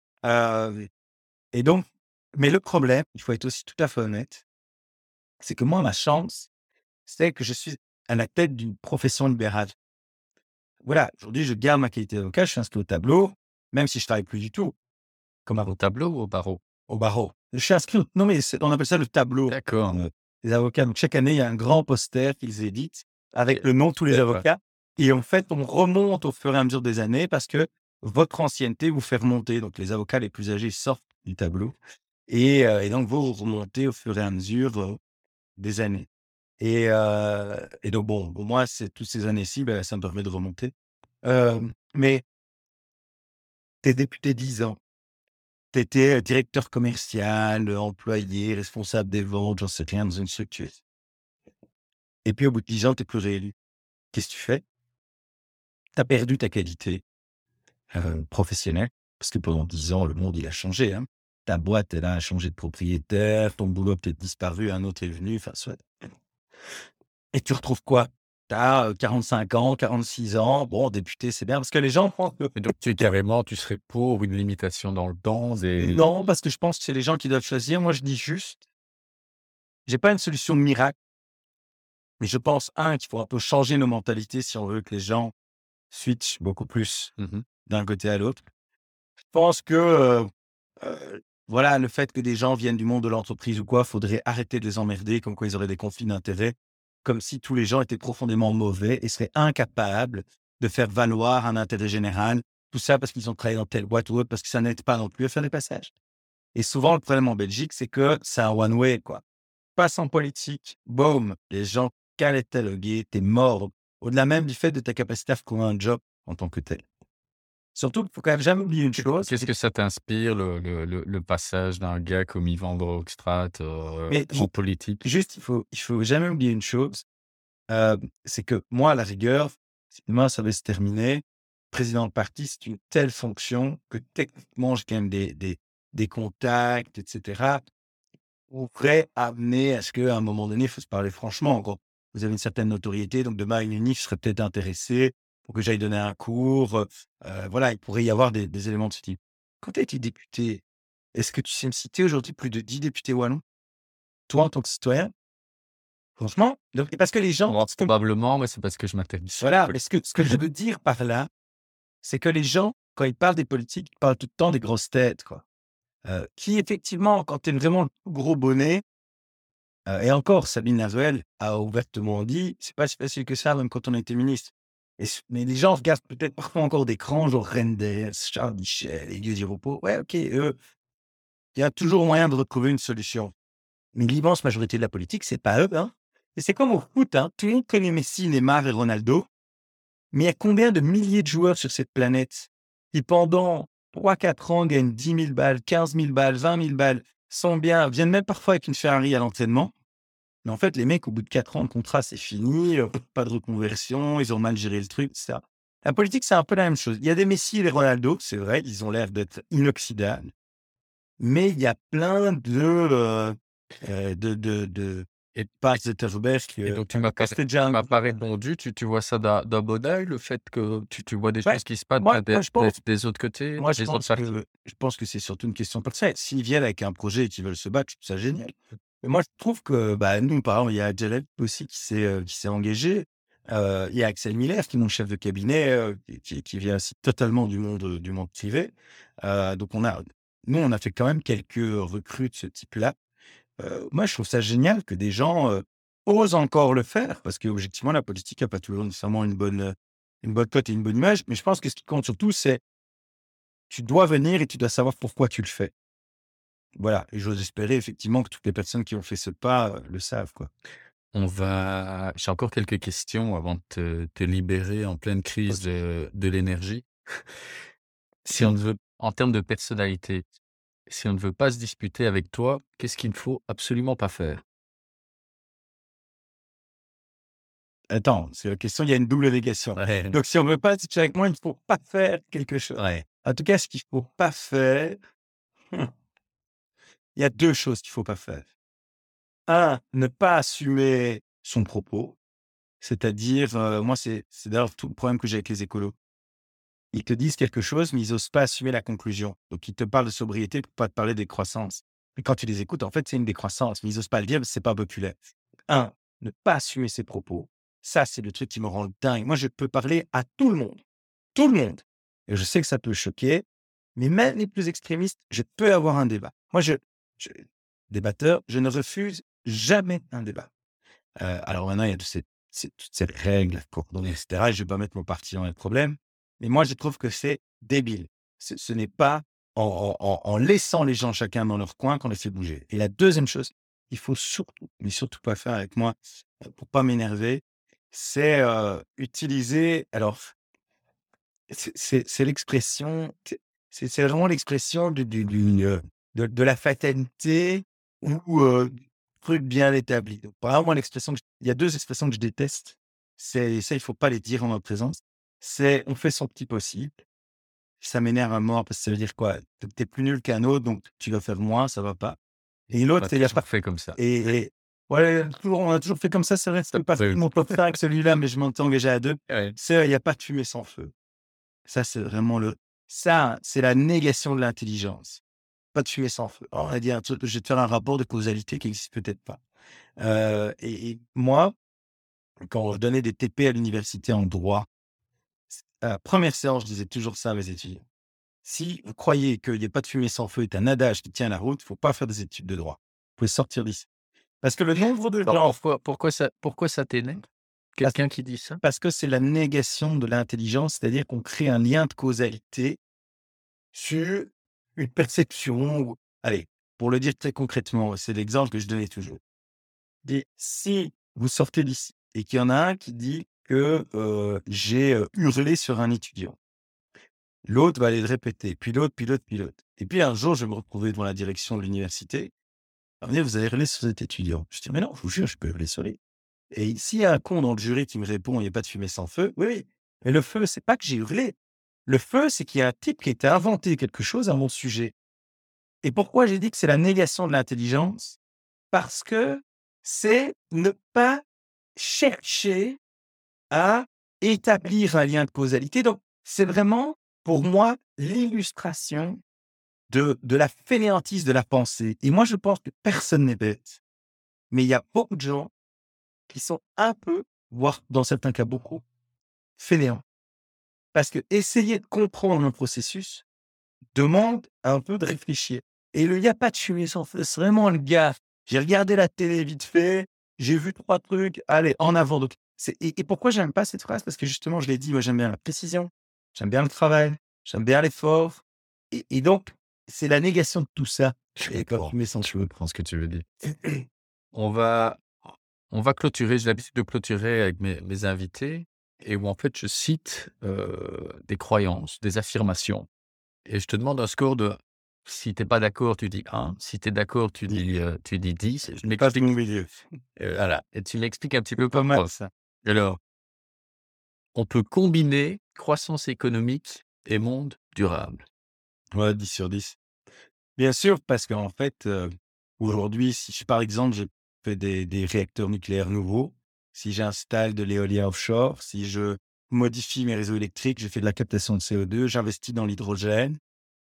heu et donc mais le problème, il faut être aussi tout à fait honnête, c'est que moi, ma chance, c'est que je suis à la tête d'une profession libérale. Voilà, aujourd'hui, je garde ma qualité d'avocat, je suis inscrit au tableau, même si je travaille plus du tout comme Au avocat tableau ou au barreau? au barreau. Je suis inscrit au non, mais c'est on appelle ça le tableau, D'accord, heu, des avocats. Donc chaque année, il y a un grand poster qu'ils éditent avec OK. le nom de tous les D'accord. avocats et en fait, on remonte au fur et à mesure des années parce que votre ancienneté vous fait remonter. Donc les avocats les plus âgés sortent du tableau et heu et donc vous, vous remontez au fur et à mesure, heu, des années. Et heu et donc bon, pour moi, c'est toutes ces années-ci, bah, ça me permet de remonter. Hem, mais tu es député dix ans, tu étais directeur commercial, heu, employé, responsable des ventes, j'en sais rien, dans une structure et puis au bout de dix ans, tu es plus réélu. Qu'est-ce que tu fais? Tu as perdu ta qualité, heu, professionnelle parce que pendant dix ans, le monde, il a changé, hein. Ta boîte, elle a changé de propriétaire, ton boulot a peut-être disparu, un autre est venu, enfin soit. Et tu retrouves quoi? Tu as, quarante-cinq ans, quarante-six ans, bon député, c'est bien parce que les gens pensent que Et donc tu es carrément tu serais pour une limitation dans le temps des non, parce que je pense que c'est les gens qui doivent choisir. Moi, je dis juste, j'ai pas une solution miracle, mais je pense, un, qu'il faut un peu changer nos mentalités si on veut que les gens switchent beaucoup plus mmh mh. d'un côté à l'autre. Je pense que, heu heu, voilà, le fait que des gens viennent du monde de l'entreprise ou quoi, faudrait arrêter de les emmerder, comme quoi ils auraient des conflits d'intérêts, comme si tous les gens étaient profondément mauvais et seraient incapables de faire valoir un intérêt général tout ça parce qu'ils ont travaillé dans telle boîte ou autre, parce que ça n'aide pas non plus à faire des passages. Et souvent, le problème en Belgique, c'est que c'est un one way, quoi. Passe en politique, boum, les gens catalogués, t'es mort. Donc, au-delà même du fait de ta capacité à trouver un job en tant que tel. Surtout qu'il faut quand même jamais oublier une chose. Qu'est-ce que ça t'inspire, le, le, le, le passage d'un gars comme Yvan Broekstraat euh, Mais en politique? juste, il faut, il faut jamais oublier une chose. euh, c'est que moi, à la rigueur, si demain ça va se terminer, président de parti, c'est une telle fonction que techniquement, j'ai quand même des, des, des contacts, et cetera, pourrait amener à ce qu'à un moment donné, il faut se parler franchement. Quand vous avez une certaine notoriété, donc demain, une UNIF serait peut-être intéressé pour que j'aille donner un cours. Euh, voilà, il pourrait y avoir des, des éléments de ce type. Quand tu as été député, est-ce que tu sais me citer aujourd'hui plus de dix députés wallons? Toi, en tant que citoyen? Franchement? Donc, parce que les gens. Bon, probablement, mais c'est parce que je m'intéresse. Voilà, mais ce que, ce que je veux dire par là, c'est que les gens, quand ils parlent des politiques, ils parlent tout le temps des grosses têtes, quoi. Euh, qui, effectivement, quand tu es vraiment le plus gros bonnet, euh, et encore, Sabine Laruelle a ouvertement dit, c'est pas si facile que ça, même quand on a été ministre. Et, c- mais les gens regardent peut-être parfois encore d'écran, genre Renders, Charles Michel, Elio Di Rupo. Ouais, ok, eux, il y a toujours moyen de retrouver une solution. Mais l'immense majorité de la politique, c'est pas eux, hein. Et c'est comme au foot, hein. Tout le monde connaît Messi, Neymar et Ronaldo. Mais il y a combien de milliers de joueurs sur cette planète qui, pendant trois quatre ans, gagnent dix mille balles, quinze mille balles, vingt mille balles, sont bien, viennent même parfois avec une Ferrari à l'entraînement. Mais en fait, les mecs, au bout de quatre ans de contrat, c'est fini, euh, pas de reconversion, ils ont mal géré le truc, et cetera. La politique, c'est un peu la même chose. Il y a des Messi et des Ronaldo, c'est vrai, ils ont l'air d'être inoxydables. Mais il y a plein de, euh, euh, de, de, de, Et, pas Zetterberg, et euh, donc, tu m'as pas, c'était déjà tu un- m'as pas répondu. Tu, tu vois ça d'un d'un bon œil, le fait que tu, tu vois des Ouais, choses qui se passent moi, des, moi, je des, pense, des autres côtés, moi, je des autres pense partis. que, je pense que c'est surtout une question personnelle. S'ils viennent avec un projet et qu'ils veulent se battre, je trouve ça génial. Mais moi, je trouve que, bah, nous, par exemple, il y a Jaleb aussi qui s'est, euh, qui s'est engagé. Euh, il y a Axel Miller, qui est mon chef de cabinet, euh, qui, qui- qui vient aussi totalement du monde, du monde privé. Euh, donc, on a, nous, on a fait quand même quelques recrues de ce type-là. Euh, moi, je trouve ça génial que des gens euh, osent encore le faire, parce qu'objectivement, la politique n'a pas toujours nécessairement une bonne, euh, une bonne cote et une bonne image. Mais je pense que ce qui compte surtout, c'est tu dois venir et tu dois savoir pourquoi tu le fais. Voilà, et j'ose espérer effectivement que toutes les personnes qui ont fait ce pas euh, le savent, quoi. On va. J'ai encore quelques questions avant de te, te libérer en pleine crise Ok. de, de l'énergie. Si on ne veut, en termes de personnalité, si on ne veut pas se disputer avec toi, qu'est-ce qu'il ne faut absolument pas faire? Attends, c'est la question, il y a une double négation. Ouais. Donc, si on veut pas discuter avec moi, il ne faut pas faire quelque chose. Ouais. En tout cas, ce qu'il ne faut pas faire, hmm, il y a deux choses qu'il ne faut pas faire. Un, ne pas assumer son propos. C'est-à-dire, euh, moi, c'est c'est d'ailleurs tout le problème que j'ai avec les écolos. Ils te disent quelque chose, mais ils n'osent pas assumer la conclusion. Donc, ils te parlent de sobriété pour pas te parler des croissances. Et quand tu les écoutes, en fait, c'est une décroissance, mais ils n'osent pas le dire parce que c'est pas populaire. Un, ne pas assumer ses propos. Ça, c'est le truc qui me rend dingue. Moi, je peux parler à tout le monde. Tout le monde. Et je sais que ça peut choquer, mais même les plus extrémistes, je peux avoir un débat. Moi, je, je débatteur, je ne refuse jamais un débat. Euh, alors maintenant, il y a toutes ces, ces- toutes ces règles, coordonnées, et cetera. Et je ne vais pas mettre mon parti dans le problème. Mais moi, je trouve que c'est débile. Ce, ce n'est pas en, en- en- en laissant les gens chacun dans leur coin qu'on les fait bouger. Et la deuxième chose, il faut surtout, mais surtout pas faire avec moi, euh, pour pas m'énerver, c'est euh, utiliser. Alors, c'est c'est- c'est l'expression, c'est c'est- c'est vraiment l'expression du, du- du, euh, de, de la fatalité ou euh, du truc bien établi. Donc, par exemple, moi, l'expression que je- il y a deux expressions que je déteste. C'est ça, il faut pas les dire en ma présence. C'est on fait son petit possible. Ça m'énerve à mort parce que ça veut dire quoi? Tu es plus nul qu'un autre, donc tu vas faire moins, ça va pas. Et On l'autre, a c'est il y a toujours pas. fait comme ça. Et, et- ouais, toujours, on a toujours fait comme ça, c'est vrai. Ça C'était pas peut- mon top cinq, celui-là, mais je m'en étais engagé à deux. Ouais. C'est il n'y a pas de fumée sans feu. Ça, c'est vraiment le. Ça, c'est la négation de l'intelligence. Pas de fumée sans feu. Oh, on a dit un truc, je vais te faire un rapport de causalité qui n'existe peut-être pas. Euh, et, et moi, quand je donnais des T P à l'université en droit, à la première séance, je disais toujours ça à mes étudiants. Si vous croyez qu'il n'y a pas de fumée sans feu est un adage qui tient la route, il ne faut pas faire des études de droit. Vous pouvez sortir d'ici. Parce que le nombre de Alors, gens. pourquoi, pourquoi ça, pourquoi ça t'énerve? Parce Quelqu'un qui dit ça? parce que c'est la négation de l'intelligence, c'est-à-dire qu'on crée un lien de causalité sur une perception ou allez, pour le dire très concrètement, c'est l'exemple que je donnais toujours. Dis, si vous sortez d'ici et qu'il y en a un qui dit que, heu, j'ai, heu, hurlé sur un étudiant, l'autre va aller le répéter, puis l'autre, puis l'autre, puis l'autre et puis un jour, je vais me retrouver devant la direction de l'université, on va me dire: «Vous avez hurlé sur cet étudiant». Je dis: «Mais non, je vous jure, je peux hurler sur lui». Et s'il y a un con dans le jury qui me répond: «Il y a pas de fumée sans feu», oui, oui, mais le feu, c'est pas que j'ai hurlé. Le feu, c'est qu'il y a un type qui a inventé quelque chose à mon sujet. Et pourquoi j'ai dit que c'est la négation de l'intelligence? Parce que c'est ne pas chercher à établir un lien de causalité. Donc, c'est vraiment, pour moi, l'illustration de de la fainéantise de la pensée. Et moi, je pense que personne n'est bête, mais il y a beaucoup de gens qui sont un peu, voire dans certains cas beaucoup, fainéants. Parce que essayer de comprendre un processus demande un peu de réfléchir. Et le «il y a pas de fumée sans feu», c'est vraiment le gars, j'ai regardé la télé vite fait, j'ai vu trois trucs, allez, en avant. Donc c'est et et pourquoi j'aime pas cette phrase? Parce que justement, je l'ai dit, moi, j'aime bien la précision, j'aime bien le travail, j'aime bien l'effort et et donc c'est la négation de tout ça. Je Et pas de comprends, fumée sans je feu. comprends ce que tu veux dire. On va on va clôturer. J'ai l'habitude de clôturer avec mes mes invités et où en fait je cite, heu, des croyances, des affirmations et je te demande un score de si tu es pas d'accord, tu dis un, si tu es d'accord, tu dis, heu, tu dis dix. Je Pas de m'explique, milieu. heu, voilà et tu m'expliques un petit peu Pas mal pourquoi. ça. Alors, on peut combiner croissance économique et monde durable. Ouais, dix sur dix. Bien sûr, parce qu'en fait, heu, aujourd'hui, si je par exemple, je fais des des réacteurs nucléaires nouveaux, si j'installe de l'éolien offshore, si je modifie mes réseaux électriques, je fais de la captation de C O deux, j'investis dans l'hydrogène,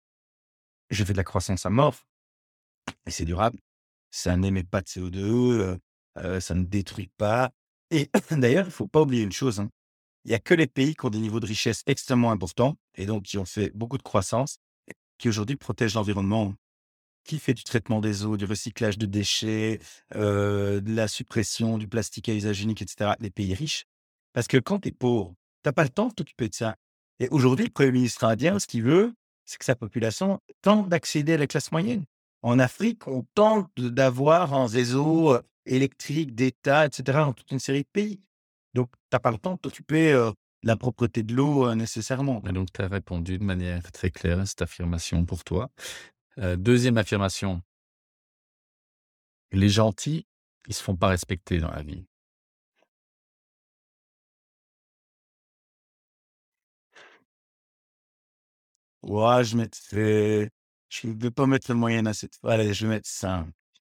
je fais de la croissance amorphe et c'est durable. Ça n'émet pas de C O deux, heu heu, ça ne détruit pas et d'ailleurs, il faut pas oublier une chose, hein, il y a que les pays qui ont des niveaux de richesse extrêmement importants et donc qui ont fait beaucoup de croissance, qui aujourd'hui protègent l'environnement. Qui fait du traitement des eaux, du recyclage de déchets, heu, de la suppression du plastique à usage unique et cetera, les pays riches. Parce que quand tu es pauvre, tu as pas le temps de t'occuper de ça. Et aujourd'hui, le premier ministre indien, ce qu'il veut, c'est que sa population tente d'accéder à la classe moyenne. En Afrique, on tente de d'avoir un réseau, heu, électrique d'État et cetera, dans toute une série de pays. Donc tu as pas le temps de t'occuper, heu, de la propreté de l'eau, heu, nécessairement, Et quoi. donc tu as répondu de manière très claire à cette affirmation pour toi. Heu, deuxième affirmation, les gentils, ils se font pas respecter dans la vie. Ouais, je mettrais je ne vais pas mettre la moyenne à cette allez, je vais mettre cinq.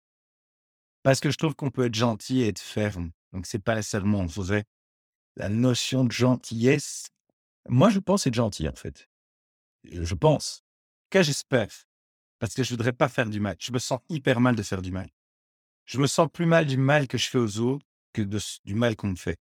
Parce que je trouve qu'on peut être gentil et être ferme. Donc c'est pas nécessairement vrai. La notion de gentillesse, moi je pense être gentil en fait. Je je pense. En tout cas, j'espère. Parce que je voudrais pas faire du mal. Je me sens hyper mal de faire du mal. Je me sens plus mal du mal que je fais aux autres que de s du mal qu'on me fait.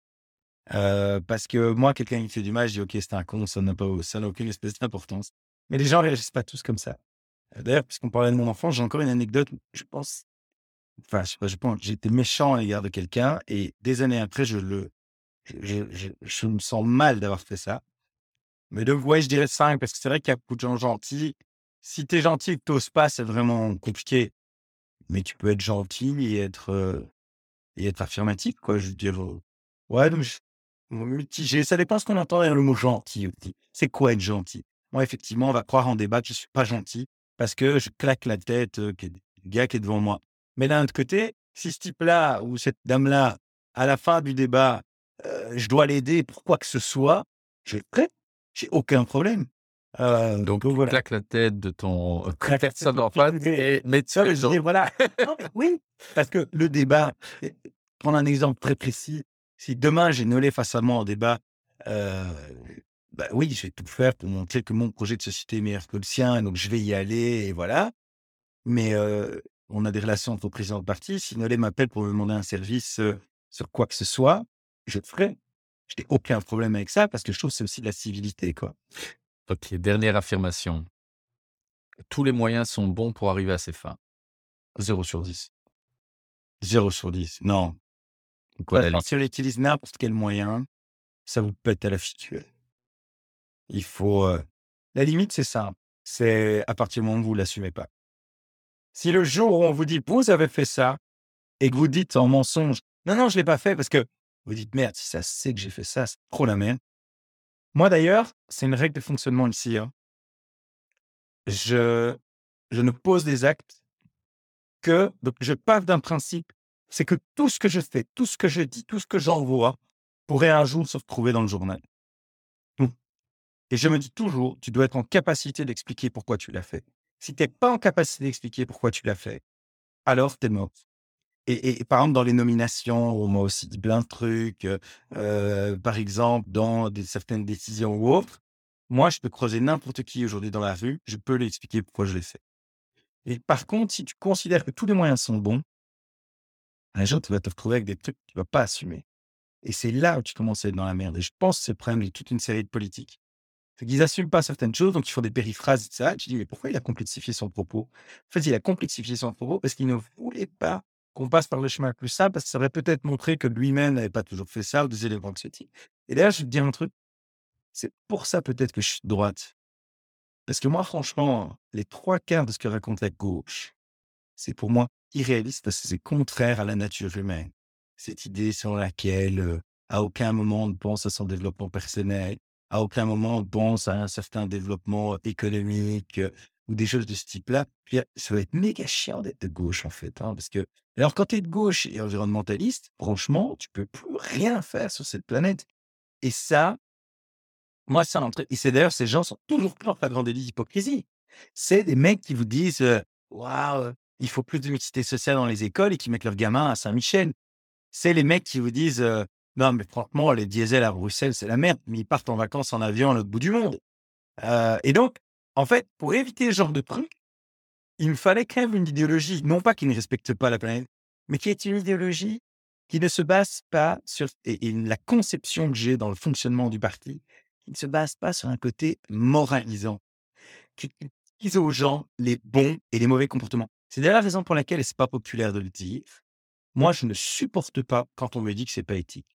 Heu, parce que moi, quelqu'un qui me fait du mal, je dis: «OK, c'est un con, ça n'a pas ça n'a aucune espèce d'importance». Mais les gens réagissent pas tous comme ça. Heu, d'ailleurs, puisqu'on parlait de mon enfance, j'ai encore une anecdote où je pense enfin, je sais pas, je pense, j'étais méchant à l'égard de quelqu'un et des années après, je le je je je je me sens mal d'avoir fait ça. Mais donc, ouais, je dirais cinq parce que c'est vrai qu'il y a beaucoup de gens gentils. Si tu es gentil et que tu oses pas, c'est vraiment compliqué. Mais tu peux être gentil et être, heu et être affirmatif, quoi. Je veux dire, heu, ouais, donc je mitigé. Ça dépend ce qu'on entend derrière le mot gentil aussi. C'est quoi être gentil? Moi, effectivement, on va croire en débat que je suis pas gentil parce que je claque la tête, heu, que du gars qui est devant moi. Mais d'un autre côté, si ce type-là ou cette dame-là, à la fin du débat, heu, je dois l'aider pour quoi que ce soit, je vais être prêt. J'ai aucun problème. Heu, Donc donc tu voilà. claques la tête de ton La personne personne en face et mais tu ça, es mais je dis gentil. voilà. Non, mais oui, parce que le débat et prendre un exemple très précis, si demain j'ai Nolé face à moi en débat, heu, bah, oui, je vais tout faire pour montrer que mon projet de société est meilleur que le sien, donc je vais y aller et voilà. Mais, heu, on a des relations entre présidents de parti. Si Nolé m'appelle pour me demander un service, heu, sur quoi que ce soit, je le ferai. Je n'ai aucun problème avec ça parce que je trouve que c'est aussi de la civilité, quoi. OK, dernière affirmation. Tous les moyens sont bons pour arriver à ses fins. Zéro sur dix. Zéro sur dix. Non. C'est quoi la Enfin, limite? si on utilise n'importe quel moyen, ça vous pète à la figure. Il faut, heu la limite, c'est simple, c'est à partir du moment où vous l'assumez pas. Si le jour où on vous dit: «Vous avez fait ça» et que vous dites en mensonge: «Non, non, je l'ai pas fait» parce que vous dites: «Merde, si ça sait que j'ai fait ça, c'est trop la merde». Moi d'ailleurs, c'est une règle de fonctionnement ici, hein. Je je ne pose des actes que donc je pars d'un principe, c'est que tout ce que je fais, tout ce que je dis, tout ce que j'envoie pourrait un jour se retrouver dans le journal. Tout. Et je me dis toujours: «Tu dois être en capacité d'expliquer pourquoi tu l'as fait». Si tu es pas en capacité d'expliquer pourquoi tu l'as fait, alors tu es mort. Et et et par exemple, dans les nominations, on m'a aussi dit plein de trucs, heu heu, par exemple, dans des certaines décisions ou autres, moi, je peux creuser n'importe qui aujourd'hui dans la rue, je peux lui expliquer pourquoi je l'ai fait. Et par contre, si tu considères que tous les moyens sont bons, un jour, tu vas te retrouver avec des trucs que tu vas pas assumer. Et c'est là où tu commences à être dans la merde. Et je pense que c'est le problème de toute une série de politiques. C'est qu'ils n'assument pas certaines choses, donc ils font des périphrases et cetera. Tu dis: «Mais pourquoi il a complexifié son propos?» En fait, il a complexifié son propos parce qu'il ne voulait pas qu'on passe par le chemin le plus simple, parce que ça aurait peut-être montré que lui-même n'avait pas toujours fait ça ou des éléments de ce type. Et d'ailleurs, je vais te dire un truc, c'est pour ça peut-être que je suis de droite. Parce que moi, franchement, les trois quarts de ce que raconte la gauche, c'est pour moi irréaliste parce que c'est contraire à la nature humaine. Cette idée selon laquelle, heu, à aucun moment on ne pense à son développement personnel, à aucun moment on pense à un certain développement économique, heu, ou des choses de ce type-là. Puis, heu, ça va être méga chiant d'être de gauche, en fait, hein, parce que alors quand tu es de gauche et environnementaliste, franchement, tu peux plus rien faire sur cette planète. Et ça, moi, ça m'entraîne et c'est d'ailleurs ces gens sont toujours plus en flagrant délit d'hypocrisie. C'est des mecs qui vous disent, heu: «Waouh, heu, il faut plus de mixité sociale dans les écoles» et qui mettent leurs gamins à Saint-Michel. C'est les mecs qui vous disent, heu: «Non, mais franchement, les diesels à Bruxelles, c'est la merde», mais ils partent en vacances en avion à l'autre bout du monde. Heu et donc, en fait, pour éviter ce genre de truc, il me fallait quand même une idéologie, non pas qui ne respecte pas la planète, mais qui est une idéologie qui ne se base pas sur et et la conception que j'ai dans le fonctionnement du parti, qui ne se base pas sur un côté moralisant, qui qui dise aux gens les bons et les mauvais comportements. C'est d'ailleurs la raison pour laquelle, et c'est pas populaire de le dire, moi je ne supporte pas quand on me dit que c'est pas éthique.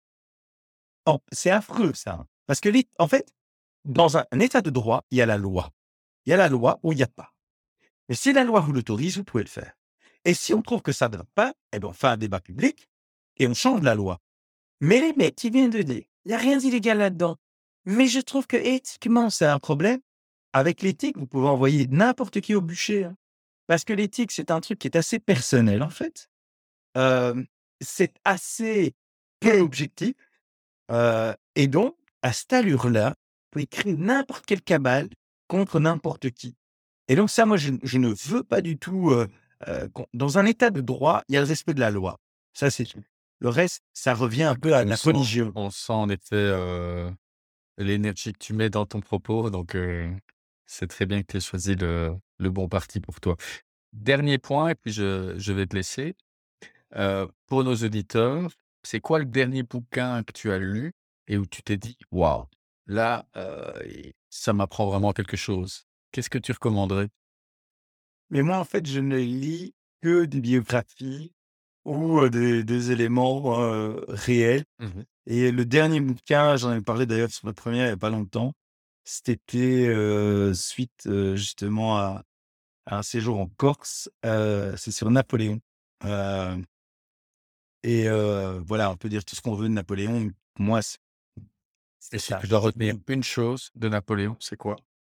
Or, c'est affreux ça, hein, parce que l'é en fait, dans un un état de droit, il y a la loi. Il y a la loi ou il y a pas. Et si la loi vous l'autorise, vous pouvez le faire. Et si on trouve que ça ne va pas, eh ben, on fait un débat public et on change la loi. Mais les mecs qui viennent de dire: «Il y a rien d'illégal là-dedans, mais je trouve que éthiquement, c'est un problème». Avec l'éthique, vous pouvez envoyer n'importe qui au bûcher, hein. Parce que l'éthique, c'est un truc qui est assez personnel, en fait. Hem, c'est assez peu objectif, heu et donc à cette allure-là, vous pouvez créer n'importe quelle cabale contre n'importe qui. Et donc ça, moi, je je ne veux pas du tout, heu heu, qu'on dans un état de droit, il y a le respect de la loi. Ça, c'est tout. Le reste, ça revient un peu à On la sent religion. on sent en effet, heu, l'énergie que tu mets dans ton propos, donc heu, c'est très bien que tu aies choisi le le bon parti pour toi. Dernier point et puis je je vais te laisser. Heu, pour nos auditeurs, c'est quoi le dernier bouquin que tu as lu et où tu t'es dit: «Waouh, là, heu, i ça m'apprend vraiment quelque chose»? Qu'est-ce que tu recommanderais? Mais moi, en fait, je ne lis que des biographies ou, heu, des des éléments, heu, réels. Mmh. Et le dernier bouquin, j'en avais parlé d'ailleurs sur la première il y a pas longtemps, c'était, heu, suite, heu, justement à à un séjour en Corse, heu, c'est sur Napoléon. Heu et heu, voilà, on peut dire tout ce qu'on veut de Napoléon. Pour moi, c'est Et c'est si ça. tu dois retenir une chose de Napoléon, c'est quoi?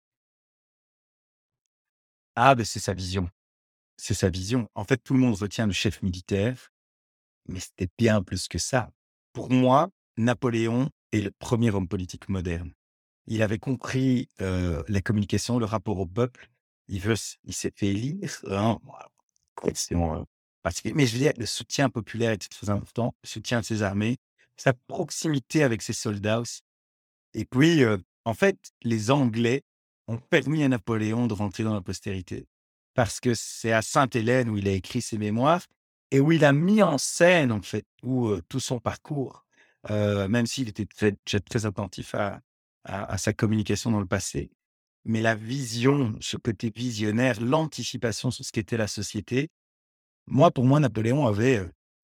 Ah, beh, c'est sa vision. C'est sa vision. En fait, tout le monde retient le chef militaire, mais c'était bien plus que ça. Pour moi, Napoléon est le premier homme politique moderne. Il avait compris, heu, la communication, le rapport au peuple. Il veut s il s'est fait élire, hein, voilà, question, heu, particulier mais je veux dire, le soutien populaire était très important, le soutien de ses armées, sa proximité avec ses soldats aussi. Et puis, heu, en fait, les Anglais ont permis à Napoléon de rentrer dans la postérité. Parce que c'est à Sainte-Hélène où il a écrit ses mémoires et où il a mis en scène, en fait, tout, heu, tout son parcours, heu, même s'il était très très très attentif à à à sa communication dans le passé. Mais la vision, ce côté visionnaire, l'anticipation sur ce qu'était la société, moi, pour moi, Napoléon avait, heu,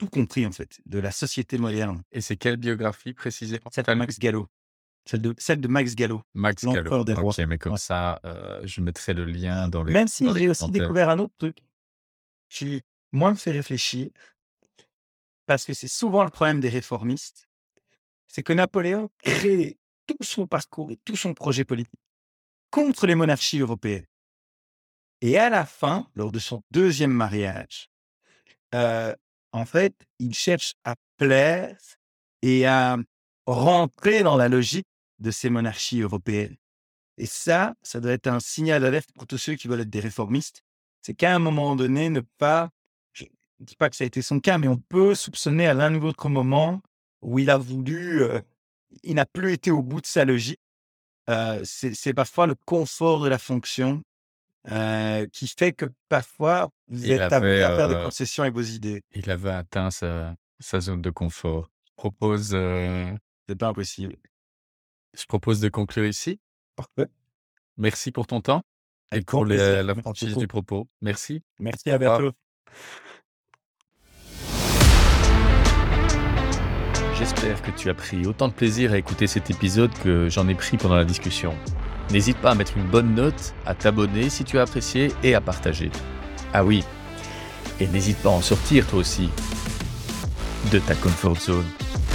tout compris, en fait, de la société moderne. Et c'est quelle biographie précisément? Celle de Max Gallo. Celle de, celle de Max Gallo. Max Gallo. L'empereur des rois. Ok, mais comme Ouais. ça, euh, je mettrai le lien dans les. Même si dans les j'ai aussi commentaires. découvert un autre truc qui, moi, me fait réfléchir, parce que c'est souvent le problème des réformistes, c'est que Napoléon crée tout son parcours et tout son projet politique contre les monarchies européennes. Et à la fin, lors de son deuxième mariage, euh, en fait, il cherche à plaire et à rentrer dans la logique de ces monarchies européennes. Et ça, ça doit être un signal d'alerte pour tous ceux qui veulent être des réformistes. C'est qu'à un moment donné, ne pas, je ne dis pas que ça a été son cas, mais on peut soupçonner à l'un ou l'autre moment où il a voulu, euh, il n'a plus été au bout de sa logique. Euh, c'est, c'est parfois le confort de la fonction euh, qui fait que parfois vous Il êtes amené avait, à faire des euh, concessions avec vos idées. il avait atteint sa, sa zone de confort. Je propose, euh, C'est pas impossible. je propose de conclure ici. Parfait. Merci pour ton temps et Avec pour grand les- plaisir. la Merci franchise beaucoup. du propos. Merci. Merci, à revoir. bientôt. J'espère que tu as pris autant de plaisir à écouter cet épisode que j'en ai pris pendant la discussion. N'hésite pas à mettre une bonne note, à t'abonner si tu as apprécié et à partager. Ah oui, et n'hésite pas à en sortir toi aussi de ta comfort zone.